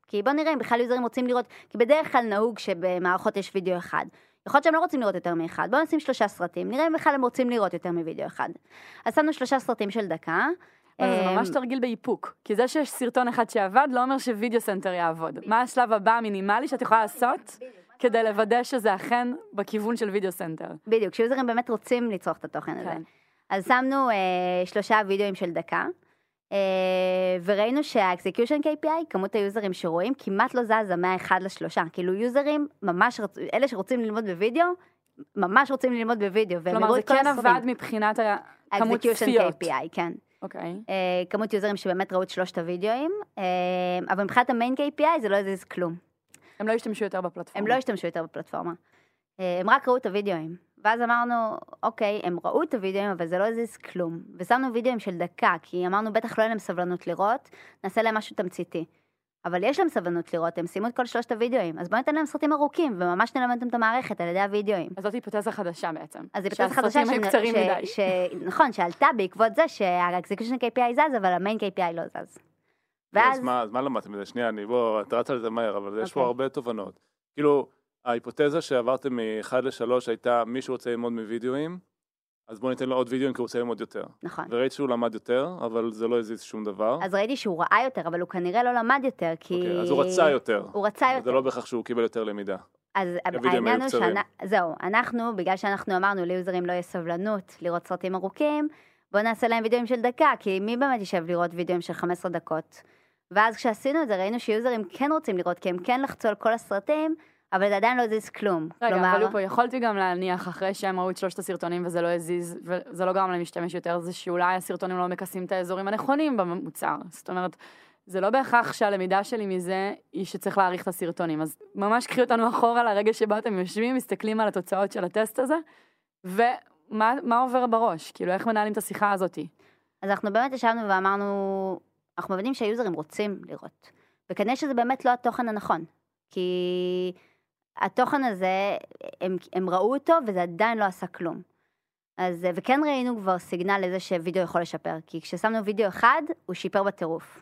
כי בוא נראה אם בכלל יוזרים רוצים לראות, כי בדרך כלל נהוג שבמערכות יש וידאו אחד. יכול להיות שהם לא רוצים לראות יותר מאחד, בואו נשים שלושה סרטים, נראה אם בכלל הם רוצים לראות יותר מוידאו אחד. אז שמנו שלושה סרטים של דקה.
זה ממש תרגיל באיפוק, כי זה שיש סרטון אחד שעבד, לא אומר שווידאו סנטר יעבוד. מה השלב הבא המינימלי שאת יכולה לעשות, כדי לוודא שזה אכן בכיוון של וידאו סנטר?
בדיוק, כשיוזרים באמת רוצים לצרוך את התוכן הזה. אז שמנו שלושה וידאוים של דקה, וראינו שה-execution K P I, כמות היוזרים שרואים, כמעט לא זזה מה-אחד לשלושה. כאילו יוזרים, ממש, אלה שרוצים ללמוד בווידאו, ממש רוצים ללמוד בווידאו.
כלומר, זה כן עבד מבחינת כמות צפיות.
K P I, כן.
אוקיי.
כמות יוזרים שבאמת ראו את שלושת הווידאוים, אבל מבחינת המיין K P I זה לא הזיז כלום.
הם לא השתמשו יותר בפלטפורמה.
הם לא השתמשו יותר בפלטפורמה. הם רק ראו את הווידאוים. ואז אמרנו, אוקיי, הם ראו את הווידאוים, אבל זה לא הזיז כלום. ושמנו וידאוים של דקה, כי אמרנו, בטח לא אין להם סבלנות לראות, נעשה להם משהו תמציתי. אבל יש להם סבלנות לראות, הם סיימו את כל שלושת הווידאוים. אז בואו ניתן להם סרטים ארוכים, וממש נלמד אותם את המערכת על ידי הווידאוים.
אז זאת היפותזה חדשה בעצם.
אז זו היפותזה חדשה, נכון, שעלתה בעקבות זה שה-execution K P I זז, אבל המיין K P I לא זז.
אז מה למדתם את זה? שנייה, אני בוא, את רצה לזה מהר, אבל יש פה הרבה תובנות. כאילו, ההיפותזה שעברתם מ-אחד ל-שלוש הייתה מי שרוצה ללמוד מווידאוים, אז בואו ניתן לו עוד וידאוים כי הוא רוצה ללמוד יותר.
נכון.
וראית שהוא למד יותר, אבל זה לא הזיז שום דבר.
אז ראיתי שהוא ראה יותר, אבל הוא כנראה לא למד יותר, כי...
אוקיי, אז הוא רצה יותר.
הוא רצה יותר.
זה לא בהכרח שהוא קיבל יותר למידה.
אז העניין הוא שאנחנו, זהו, אנחנו, בגלל שאנחנו אמרנו ליוזרים לא יש סבלנות לראות סרטים ארוכים, בואו נעשה להם וידאוים של דקה, כי מי באמת יישב לראות וידאוים של חמש עשרה דקות? ואז כשעשינו את זה, ראינו שיוזרים כן רוצים לראות, כי הם כן לחצו על כל הסרטים, אבל זה עדיין לא הזיז כלום.
רגע, כלומר... אבל פה יכולתי גם להניח אחרי שהם ראו את שלושת הסרטונים וזה לא הזיז, וזה לא גרם להם להשתמש יותר, זה שאולי הסרטונים לא מקסים את האזורים הנכונים במוצר. זאת אומרת, זה לא בהכרח שהלמידה שלי מזה היא שצריך להעריך את הסרטונים. אז ממש קחי אותנו אחורה לרגע שבו אתם יושבים, מסתכלים על התוצאות של הטסט הזה, ומה מה עובר בראש? כאילו, איך מנהלים את השיחה הזאת?
אז אנחנו באמת ישבנו ואמרנו, אנחנו מבינים שהיוזרים רוצים לראות. וכנראה שזה באמת לא התוכן הנכון. כי התוכן הזה, הם, הם ראו אותו וזה עדיין לא עשה כלום. אז, וכן ראינו כבר סיגנל לזה שווידאו יכול לשפר. כי כששמנו וידאו אחד, הוא שיפר בטירוף.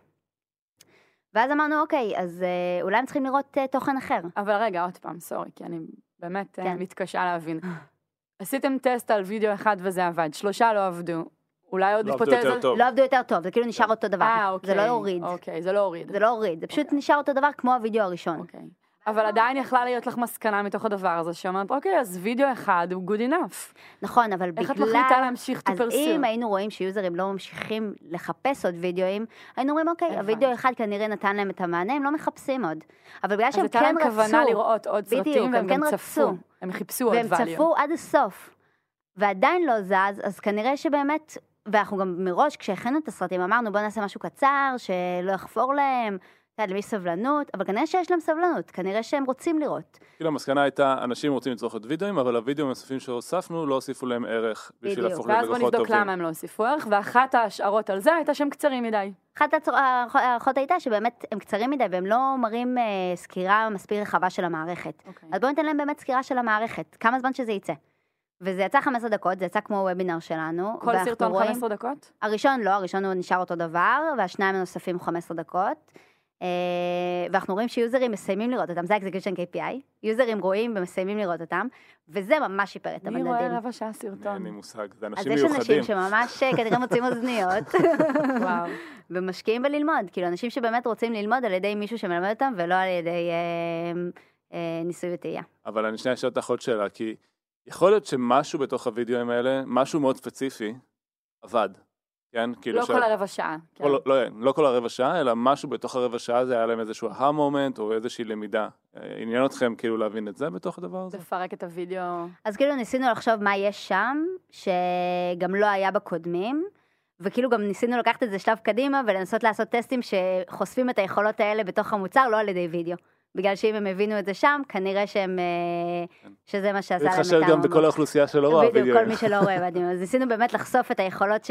ואז אמרנו, אוקיי, אז אולי הם צריכים לראות תוכן אחר.
אבל רגע, עוד פעם, סורי, כי אני באמת כן. מתקשה להבין. עשיתם טסט על וידאו אחד וזה עבד, שלושה לא עבדו. אולי עוד היפותזה?
לא עבדו יותר טוב, זה כאילו נשאר אותו דבר.
אה, אוקיי.
זה לא הוריד.
אוקיי, זה לא הוריד.
זה לא הוריד, זה פשוט נשאר אותו דבר כמו הוידאו הראשון.
אוקיי. אבל עדיין יכלה להיות לך מסקנה מתוך הדבר הזה, שאומרת, אוקיי, אז וידאו אחד הוא good enough.
נכון, אבל בגלל...
איך את מחליטה להמשיך to pursue?
אז אם היינו רואים שיוזרים לא ממשיכים לחפש עוד וידאוים, היינו אומרים, אוקיי, הוידאו אחד כנראה נתן להם את המענה, הם לא מחפשים עוד. אבל בגלל שהם כן רצו...
אז הייתה להם כוונה לראות עוד סרטים, והם גם צפו. הם חיפשו עוד value.
והם צפו עד הסוף. ועדיין לא זז, אז כנראה שבאמת... ואנחנו גם מראש, כשהכנו את הסרטים, אמרנו, בוא נעשה משהו קצר, שלא יחפור להם, למי סבלנות, אבל כנראה שיש להם סבלנות, כנראה שהם רוצים לראות.
כאילו, המסקנה הייתה, אנשים רוצים לצרוך את וידאוים, אבל הווידאוים הנוספים שהוספנו, לא הוסיפו להם ערך, בשביל להפוך ללקוחות טובים.
ואז בוא נבדוק למה הם לא הוסיפו ערך, ואחת ההשערות על זה הייתה שהם קצרים מדי.
אחת ההערכות הייתה שבאמת הם קצרים מדי, והם לא מראים סקירה מספיק רחבה של המערכת. אז בואו ניתן להם באמת סקירה של המערכת, כמה זמן שזה יצא. וזה יצא חמש עשרה דקות, זה יצא כמו וובינר שלנו.
כל סרטון חמש עשרה דקות?
הראשון לא, הראשון הוא נשאר אותו דבר, והשניים הנוספים חמש עשרה דקות. ואנחנו רואים שיוזרים מסיימים לראות אותם, זה execution K P I, יוזרים רואים ומסיימים לראות אותם, וזה ממש שיפר את המדדים.
מי רואה רבע שעה סרטון?
אין לי מושג, זה אנשים מיוחדים.
אז יש אנשים שממש כנראה מוצאים אוזניות, ומשקיעים בללמוד, כאילו אנשים שבאמת רוצים ללמוד על ידי מישהו שמלמד אותם, ולא על ידי ניסוי וטעייה. אבל
אני שנייה אשאל אותך עוד שאלה, כי יכול להיות שמשהו בתוך הוידאוים האלה, משהו מאוד ספציפי, עבד. כן? כאילו
לא
ש...
כל הרבע שעה. כן.
כל, לא, לא כל הרבע שעה, אלא משהו בתוך הרבע שעה, זה היה להם איזשהו ה-מומנט, או איזושהי למידה. עניין אתכם כאילו להבין את זה בתוך הדבר הזה?
לפרק את הוידאו.
אז כאילו ניסינו לחשוב מה יש שם, שגם לא היה בקודמים, וכאילו גם ניסינו לקחת את זה שלב קדימה, ולנסות לעשות טסטים שחושפים את היכולות האלה בתוך המוצר, לא על ידי וידאו. בגלל שאם הם הבינו את זה שם, כנראה שהם, שזה מה שעשה להם את
להתחשב גם בכל האוכלוסייה שלא רואה וידאו.
בדיוק, כל מי שלא רואה וידאו. אז ניסינו באמת לחשוף את היכולות ש...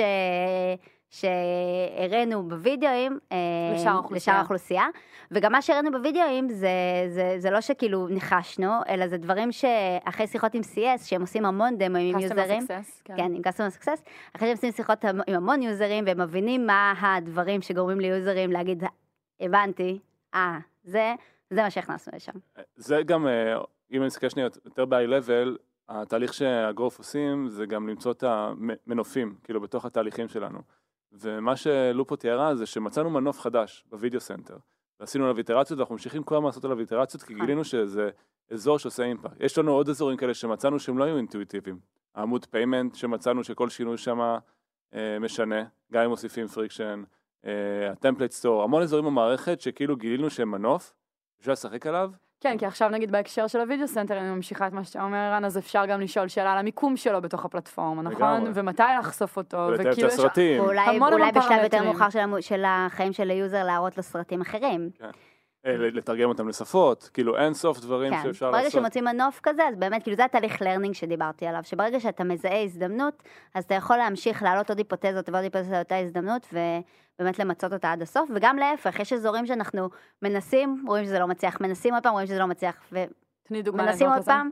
שהראינו בווידאוים לשאר האוכלוסייה, וגם מה שהראינו בווידאוים זה, זה, זה לא שכאילו ניחשנו, אלא זה דברים שאחרי שיחות עם סי אס, שהם עושים המון דמו עם יוזרים,
success, כן.
כן, עם Customer Success, אחרי שהם עושים שיחות עם המון יוזרים, והם מבינים מה הדברים שגורמים ליוזרים להגיד, הבנתי, אה, זה, זה מה שהכנסנו לשם.
זה גם, אם אני מסתכל שנייה יותר ב-high-level, התהליך שהגרוף עושים זה גם למצוא את המנופים, כאילו בתוך התהליכים שלנו. ומה שלופו תיארה זה שמצאנו מנוף חדש בווידאו סנטר. ועשינו עליו איטרציות, ואנחנו ממשיכים כל הזמן לעשות עליו איטרציות, כי גילינו שזה אזור שעושה אימפקט. יש לנו עוד אזורים כאלה שמצאנו שהם לא היו אינטואיטיביים. העמוד פיימנט שמצאנו שכל שינוי שם אה, משנה, גם אם מוסיפים פריקשן, אה, הטמפלייט סטור, המון אזורים במערכת שכאילו גילינו שהם מנוף, אפשר לשחק עליו.
כן, כי עכשיו נגיד בהקשר של הוידאו סנטר, אני ממשיכה את מה שאתה אומר, רן, אז אפשר גם לשאול שאלה על המיקום שלו בתוך הפלטפורמה, נכון? ומתי לחשוף אותו,
ולתאר את הסרטים.
אולי בשלב יותר מאוחר של החיים של היוזר להראות לו סרטים אחרים.
כן. לתרגם אותם לשפות, כאילו אין סוף דברים
כן.
שאפשר
ברגע
לעשות.
שרגע שמוצאים מנוף כזה, אז באמת, כאילו זה התהליך לרנינג שדיברתי עליו, שברגע שאתה מזהה הזדמנות, אז אתה יכול להמשיך להעלות עוד היפותזות ועוד היפותזות על אותה הזדמנות, ובאמת למצות אותה עד הסוף, וגם להפך, יש אזורים שאנחנו מנסים, רואים שזה לא מצליח, מנסים עוד פעם, רואים שזה לא מצליח, ומנסים עוד פעם,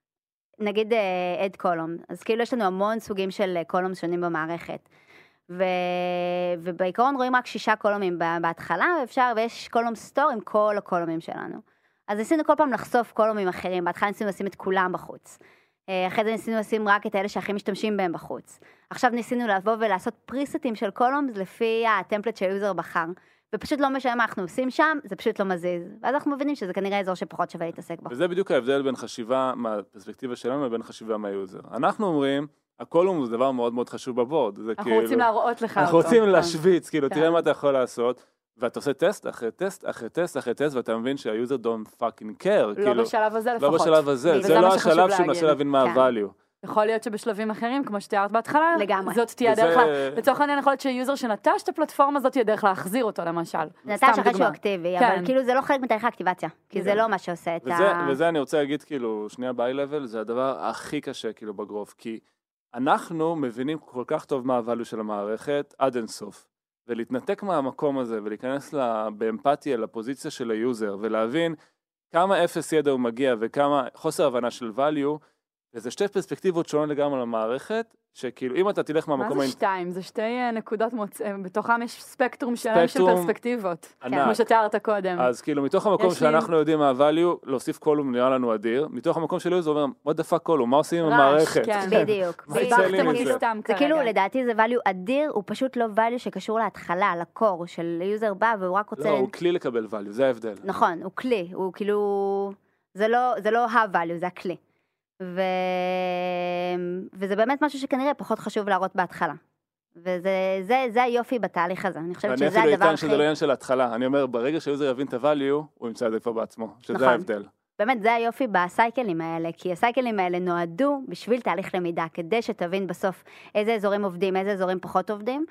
נגיד אד קולום, אז כאילו יש לנו המון סוגים של קולום שונים במערכת, ו... ובעיקרון רואים רק שישה קולומים בהתחלה, ואפשר, ויש קולום סטור עם כל הקולומים שלנו. אז ניסינו כל פעם לחשוף קולומים אחרים, בהתחלה ניסינו לשים את כולם בחוץ. אחרי זה ניסינו לשים רק את האלה שהכי משתמשים בהם בחוץ. עכשיו ניסינו לבוא ולעשות פריסטים של קולומס לפי הטמפלט שהיוזר בחר, ופשוט לא משנה מה אנחנו עושים שם, זה פשוט לא מזיז. ואז אנחנו מבינים שזה כנראה אזור שפחות שווה להתעסק בו.
וזה בדיוק ההבדל בין חשיבה מהפרספקטיבה שלנו לבין חשיבה מהיוזר. אנחנו אומרים, הקולום זה דבר מאוד מאוד חשוב בבורד.
אנחנו רוצים להראות לך אותו.
אנחנו רוצים להשוויץ, כאילו, תראה מה אתה יכול לעשות, ואתה עושה טסט אחרי טסט אחרי טסט אחרי טסט, ואתה מבין שהיוזר don't fucking care.
לא בשלב הזה לפחות.
לא בשלב הזה, זה לא השלב שהוא מנסה להבין מה ה-value.
יכול להיות שבשלבים אחרים, כמו שתיארת בהתחלה,
לגמרי.
זאת תהיה הדרך, לצורך העניין יכול להיות שיוזר שנטש את הפלטפורמה, זאת תהיה דרך להחזיר אותו למשל.
נטש אחרי שהוא אקטיבי, אבל כאילו זה לא חלק מתהליך האקטיבציה, כי זה לא מה שעושה את ה...
וזה אני רוצה להגיד כאילו, שנייה ב-high-level, זה הדבר הכי קשה כאילו בגרוף, כי אנחנו מבינים כל כך טוב מה ה-value של המערכת עד אינסוף, ולהתנתק מהמקום הזה ולהיכנס באמפתיה לפוזיציה של היוזר, ולהבין כמה אפס ידע הוא מגיע וכמה חוסר הבנה של value, וזה שתי פרספקטיבות שונות לגמרי על המערכת, שכאילו אם אתה תלך מהמקום...
מה זה שתיים? זה שתי נקודות מוצא, בתוכם יש ספקטרום שלם של פרספקטיבות, כמו שתיארת קודם.
אז כאילו מתוך המקום שאנחנו יודעים מה ה-value, להוסיף קולום נראה לנו אדיר, מתוך המקום של יוזר אומר, what the fuck קולום, מה עושים עם המערכת?
בדיוק.
זה
כאילו לדעתי זה value אדיר, הוא פשוט לא value שקשור להתחלה, לקור של יוזר בא והוא רק רוצה...
לא, הוא כלי לקבל value, זה ההבדל.
נכון, הוא כלי, הוא כאילו... זה לא ה-value, זה הכלי. ו... וזה באמת משהו שכנראה פחות חשוב להראות בהתחלה. וזה זה, זה היופי בתהליך הזה. אני חושבת שזה הדבר הכי...
אני אפילו איתן שזה לא עניין של ההתחלה. אני אומר, ברגע שהיוזר יבין את ה-value, הוא ימצא את זה כבר בעצמו, שזה נכון. ההבדל.
באמת, זה היופי בסייקלים האלה, כי הסייקלים האלה נועדו בשביל תהליך למידה, כדי שתבין בסוף איזה אזורים עובדים, איזה אזורים פחות עובדים,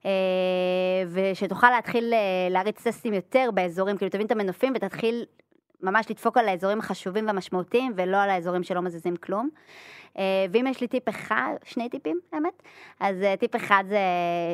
ושתוכל להתחיל להריץ טסטים יותר באזורים, כאילו תבין את המנופים ותתחיל... ממש לדפוק על האזורים החשובים והמשמעותיים, ולא על האזורים שלא מזיזים כלום. ואם יש לי טיפ אחד, שני טיפים, האמת, אז טיפ אחד זה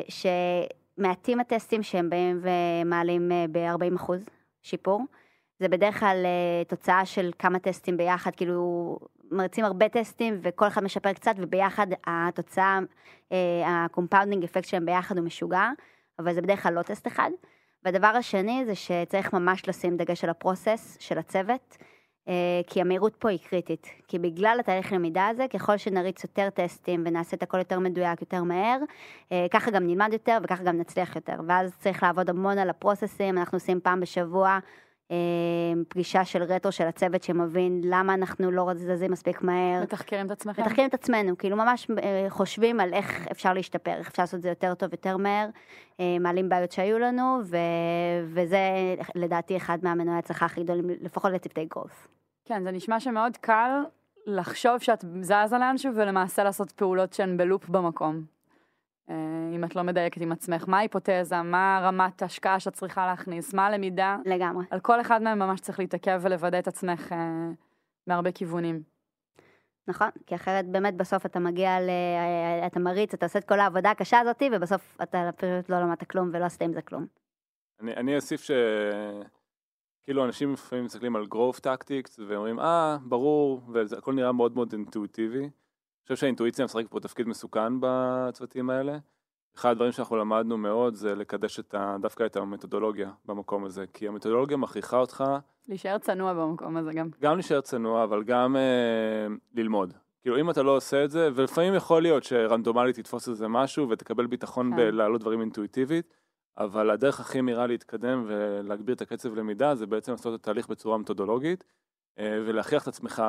שמעטים הטסטים שהם באים ומעלים ב-ארבעים אחוז שיפור. זה בדרך כלל תוצאה של כמה טסטים ביחד, כאילו מרצים הרבה טסטים וכל אחד משפר קצת, וביחד התוצאה, הקומפאונדינג אפקט שלהם ביחד הוא משוגע, אבל זה בדרך כלל לא טסט אחד. והדבר השני זה שצריך ממש לשים דגש על הפרוסס של הצוות, כי המהירות פה היא קריטית. כי בגלל התהליך למידה הזה, ככל שנריץ יותר טסטים ונעשה את הכל יותר מדויק, יותר מהר, ככה גם נלמד יותר וככה גם נצליח יותר. ואז צריך לעבוד המון על הפרוססים, אנחנו עושים פעם בשבוע פגישה של רטרו של הצוות שמבין למה אנחנו לא זזים מספיק מהר.
מתחקרים את עצמכם?
מתחקרים את עצמנו, כאילו ממש חושבים על איך אפשר להשתפר, איך אפשר לעשות את זה יותר טוב, יותר מהר, מעלים בעיות שהיו לנו, ו... וזה לדעתי אחד מהמנועי הצלחה הכי גדולים, לפחות לצוותי גרוס.
כן, זה נשמע שמאוד קל לחשוב שאת זזה לאנשהו ולמעשה לעשות פעולות שהן בלופ במקום. אם את לא מדייקת עם עצמך, מה ההיפותזה, מה רמת ההשקעה שאת צריכה להכניס, מה הלמידה.
לגמרי.
על כל אחד מהם ממש צריך להתעכב ולוודא את עצמך אה, מהרבה כיוונים.
נכון, כי אחרת באמת בסוף אתה מגיע, ל... אתה מריץ, אתה עושה את כל העבודה הקשה הזאת, ובסוף אתה פשוט לא למדת כלום ולא עשית עם זה כלום.
אני, אני אוסיף ש... כאילו אנשים לפעמים מסתכלים על growth tactics, ואומרים, אה, ברור, והכל נראה מאוד מאוד אינטואיטיבי. אני חושב שהאינטואיציה משחקת פה תפקיד מסוכן בצוותים האלה. אחד הדברים שאנחנו למדנו מאוד זה לקדש את ה, דווקא את המתודולוגיה במקום הזה, כי המתודולוגיה מכריחה אותך...
להישאר צנוע במקום הזה גם.
גם להישאר צנוע, אבל גם אה, ללמוד. כאילו אם אתה לא עושה את זה, ולפעמים יכול להיות שרנדומלית תתפוס איזה משהו ותקבל ביטחון
כן.
בלהעלות דברים אינטואיטיבית, אבל הדרך הכי מהירה להתקדם ולהגביר את הקצב למידה, זה בעצם לעשות את התהליך בצורה מתודולוגית, אה, ולהכריח את עצמך...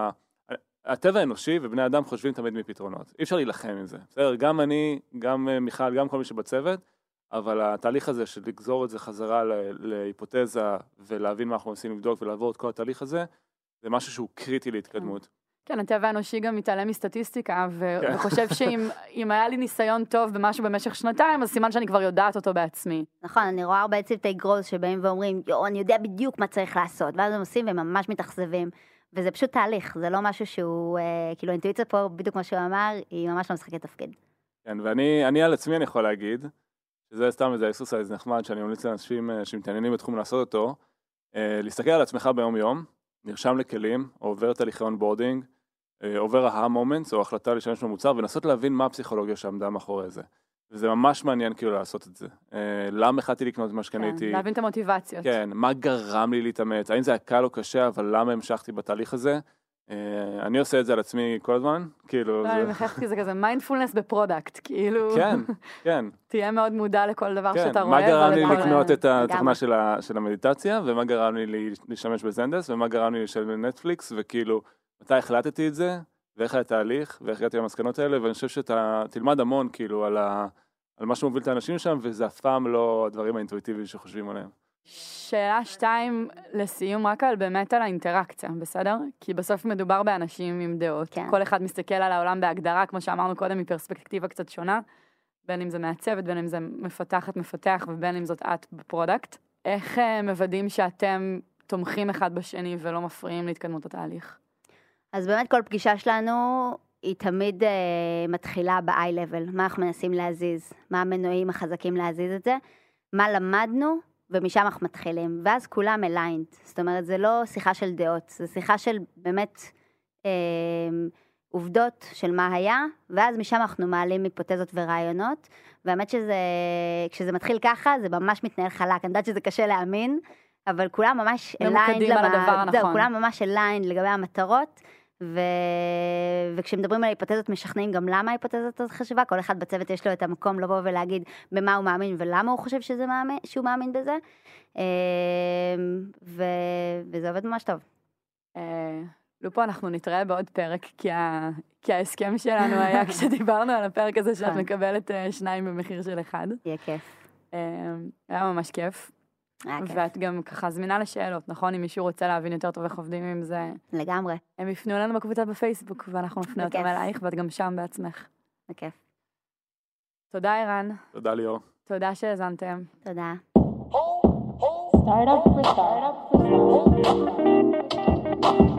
הטבע האנושי ובני אדם חושבים תמיד מפתרונות. אי אפשר להילחם עם זה. בסדר, גם אני, גם מיכל, גם כל מי שבצוות, אבל התהליך הזה של לגזור את זה חזרה להיפותזה ולהבין מה אנחנו עושים לבדוק ולעבור את כל התהליך הזה, זה משהו שהוא קריטי להתקדמות.
כן, הטבע האנושי גם מתעלם מסטטיסטיקה ו- כן. וחושב שאם היה לי ניסיון טוב במשהו במשך שנתיים, אז סימן שאני כבר יודעת אותו בעצמי.
נכון, אני רואה הרבה צוותי גרוז שבאים ואומרים, יו, אני יודע בדיוק מה צריך לעשות, ואז הם עושים והם ממש מתאכזבים. וזה פשוט תהליך, זה לא משהו שהוא, אה, כאילו האינטואיציה פה, בדיוק מה שהוא אמר, היא ממש לא משחקת תפקיד.
כן, ואני אני על עצמי אני יכול להגיד, שזה סתם איזה אקסרסייז נחמד, שאני ממליץ לאנשים שמתעניינים בתחום לעשות אותו, אה, להסתכל על עצמך ביום יום, נרשם לכלים, עובר תהליכי אונבורדינג, אה, עובר ההה-מומנטס, או החלטה להשתמש במוצר, ולנסות להבין מה הפסיכולוגיה שעמדה מאחורי זה. וזה ממש מעניין כאילו לעשות את זה. אה, למה החלטתי לקנות מה שקניתי?
כן, להבין את המוטיבציות.
כן, מה גרם לי להתאמץ? האם זה היה קל או קשה, אבל למה המשכתי בתהליך הזה? אה, אני עושה את זה על עצמי כל הזמן, כאילו...
לא,
זה...
אני מחייכת כי זה כזה מיינדפולנס בפרודקט, כאילו...
כן, כן.
תהיה מאוד מודע לכל דבר
כן.
שאתה רואה.
מה גרם לי
ולכל...
לקנות את התוכנה של, ה... של המדיטציה, ומה גרם לי להשתמש בזנדס, ומה גרם לי לשלם בנטפליקס, וכאילו, מתי החלטתי את זה, ואיך היה תהליך, ואיך הגעתי למסקנות האלה, ואני חושב שאתה תלמד המון, כאילו, על ה... על מה שמוביל את האנשים שם, וזה אף פעם לא הדברים האינטואיטיביים שחושבים עליהם.
שאלה שתיים לסיום, רק על באמת על האינטראקציה, בסדר? כי בסוף מדובר באנשים עם דעות.
כן.
כל אחד מסתכל על העולם בהגדרה, כמו שאמרנו קודם, מפרספקטיבה קצת שונה, בין אם זה מעצבת, בין אם זה מפתחת, מפתח, ובין אם זאת את בפרודקט. איך מוודאים שאתם תומכים אחד בשני ולא מפריעים להתקדמות התהליך?
אז באמת כל פגישה שלנו... היא תמיד uh, מתחילה ב-eye-level, מה אנחנו מנסים להזיז, מה המנועים החזקים להזיז את זה, מה למדנו, ומשם אנחנו מתחילים, ואז כולם aligned, זאת אומרת, זה לא שיחה של דעות, זה שיחה של באמת אה, עובדות של מה היה, ואז משם אנחנו מעלים היפותזות ורעיונות, והאמת שזה, כשזה מתחיל ככה, זה ממש מתנהל חלק, אני יודעת שזה קשה להאמין, אבל כולם ממש aligned, למה,
הדבר,
זהו,
נכון.
כולם ממש aligned לגבי המטרות, ו... וכשמדברים על היפותזות משכנעים גם למה היפותזות הזאת חשובה, כל אחד בצוות יש לו את המקום לבוא ולהגיד במה הוא מאמין ולמה הוא חושב שזה מאמין, שהוא מאמין בזה, ו... וזה עובד ממש טוב.
לופו, אנחנו נתראה בעוד פרק, כי, ה... כי ההסכם שלנו היה כשדיברנו על הפרק הזה שאת מקבלת שניים במחיר של אחד.
יהיה כיף.
היה ממש כיף. ואת גם ככה זמינה לשאלות, נכון? אם מישהו רוצה להבין יותר טוב איך עובדים עם זה.
לגמרי.
הם יפנו אלינו בקבוצה בפייסבוק, ואנחנו נפנה אותם אלייך, ואת גם שם בעצמך.
בכיף.
תודה, ערן.
תודה, ליאור.
תודה שהאזנתם.
תודה.
Startup for startup for startup.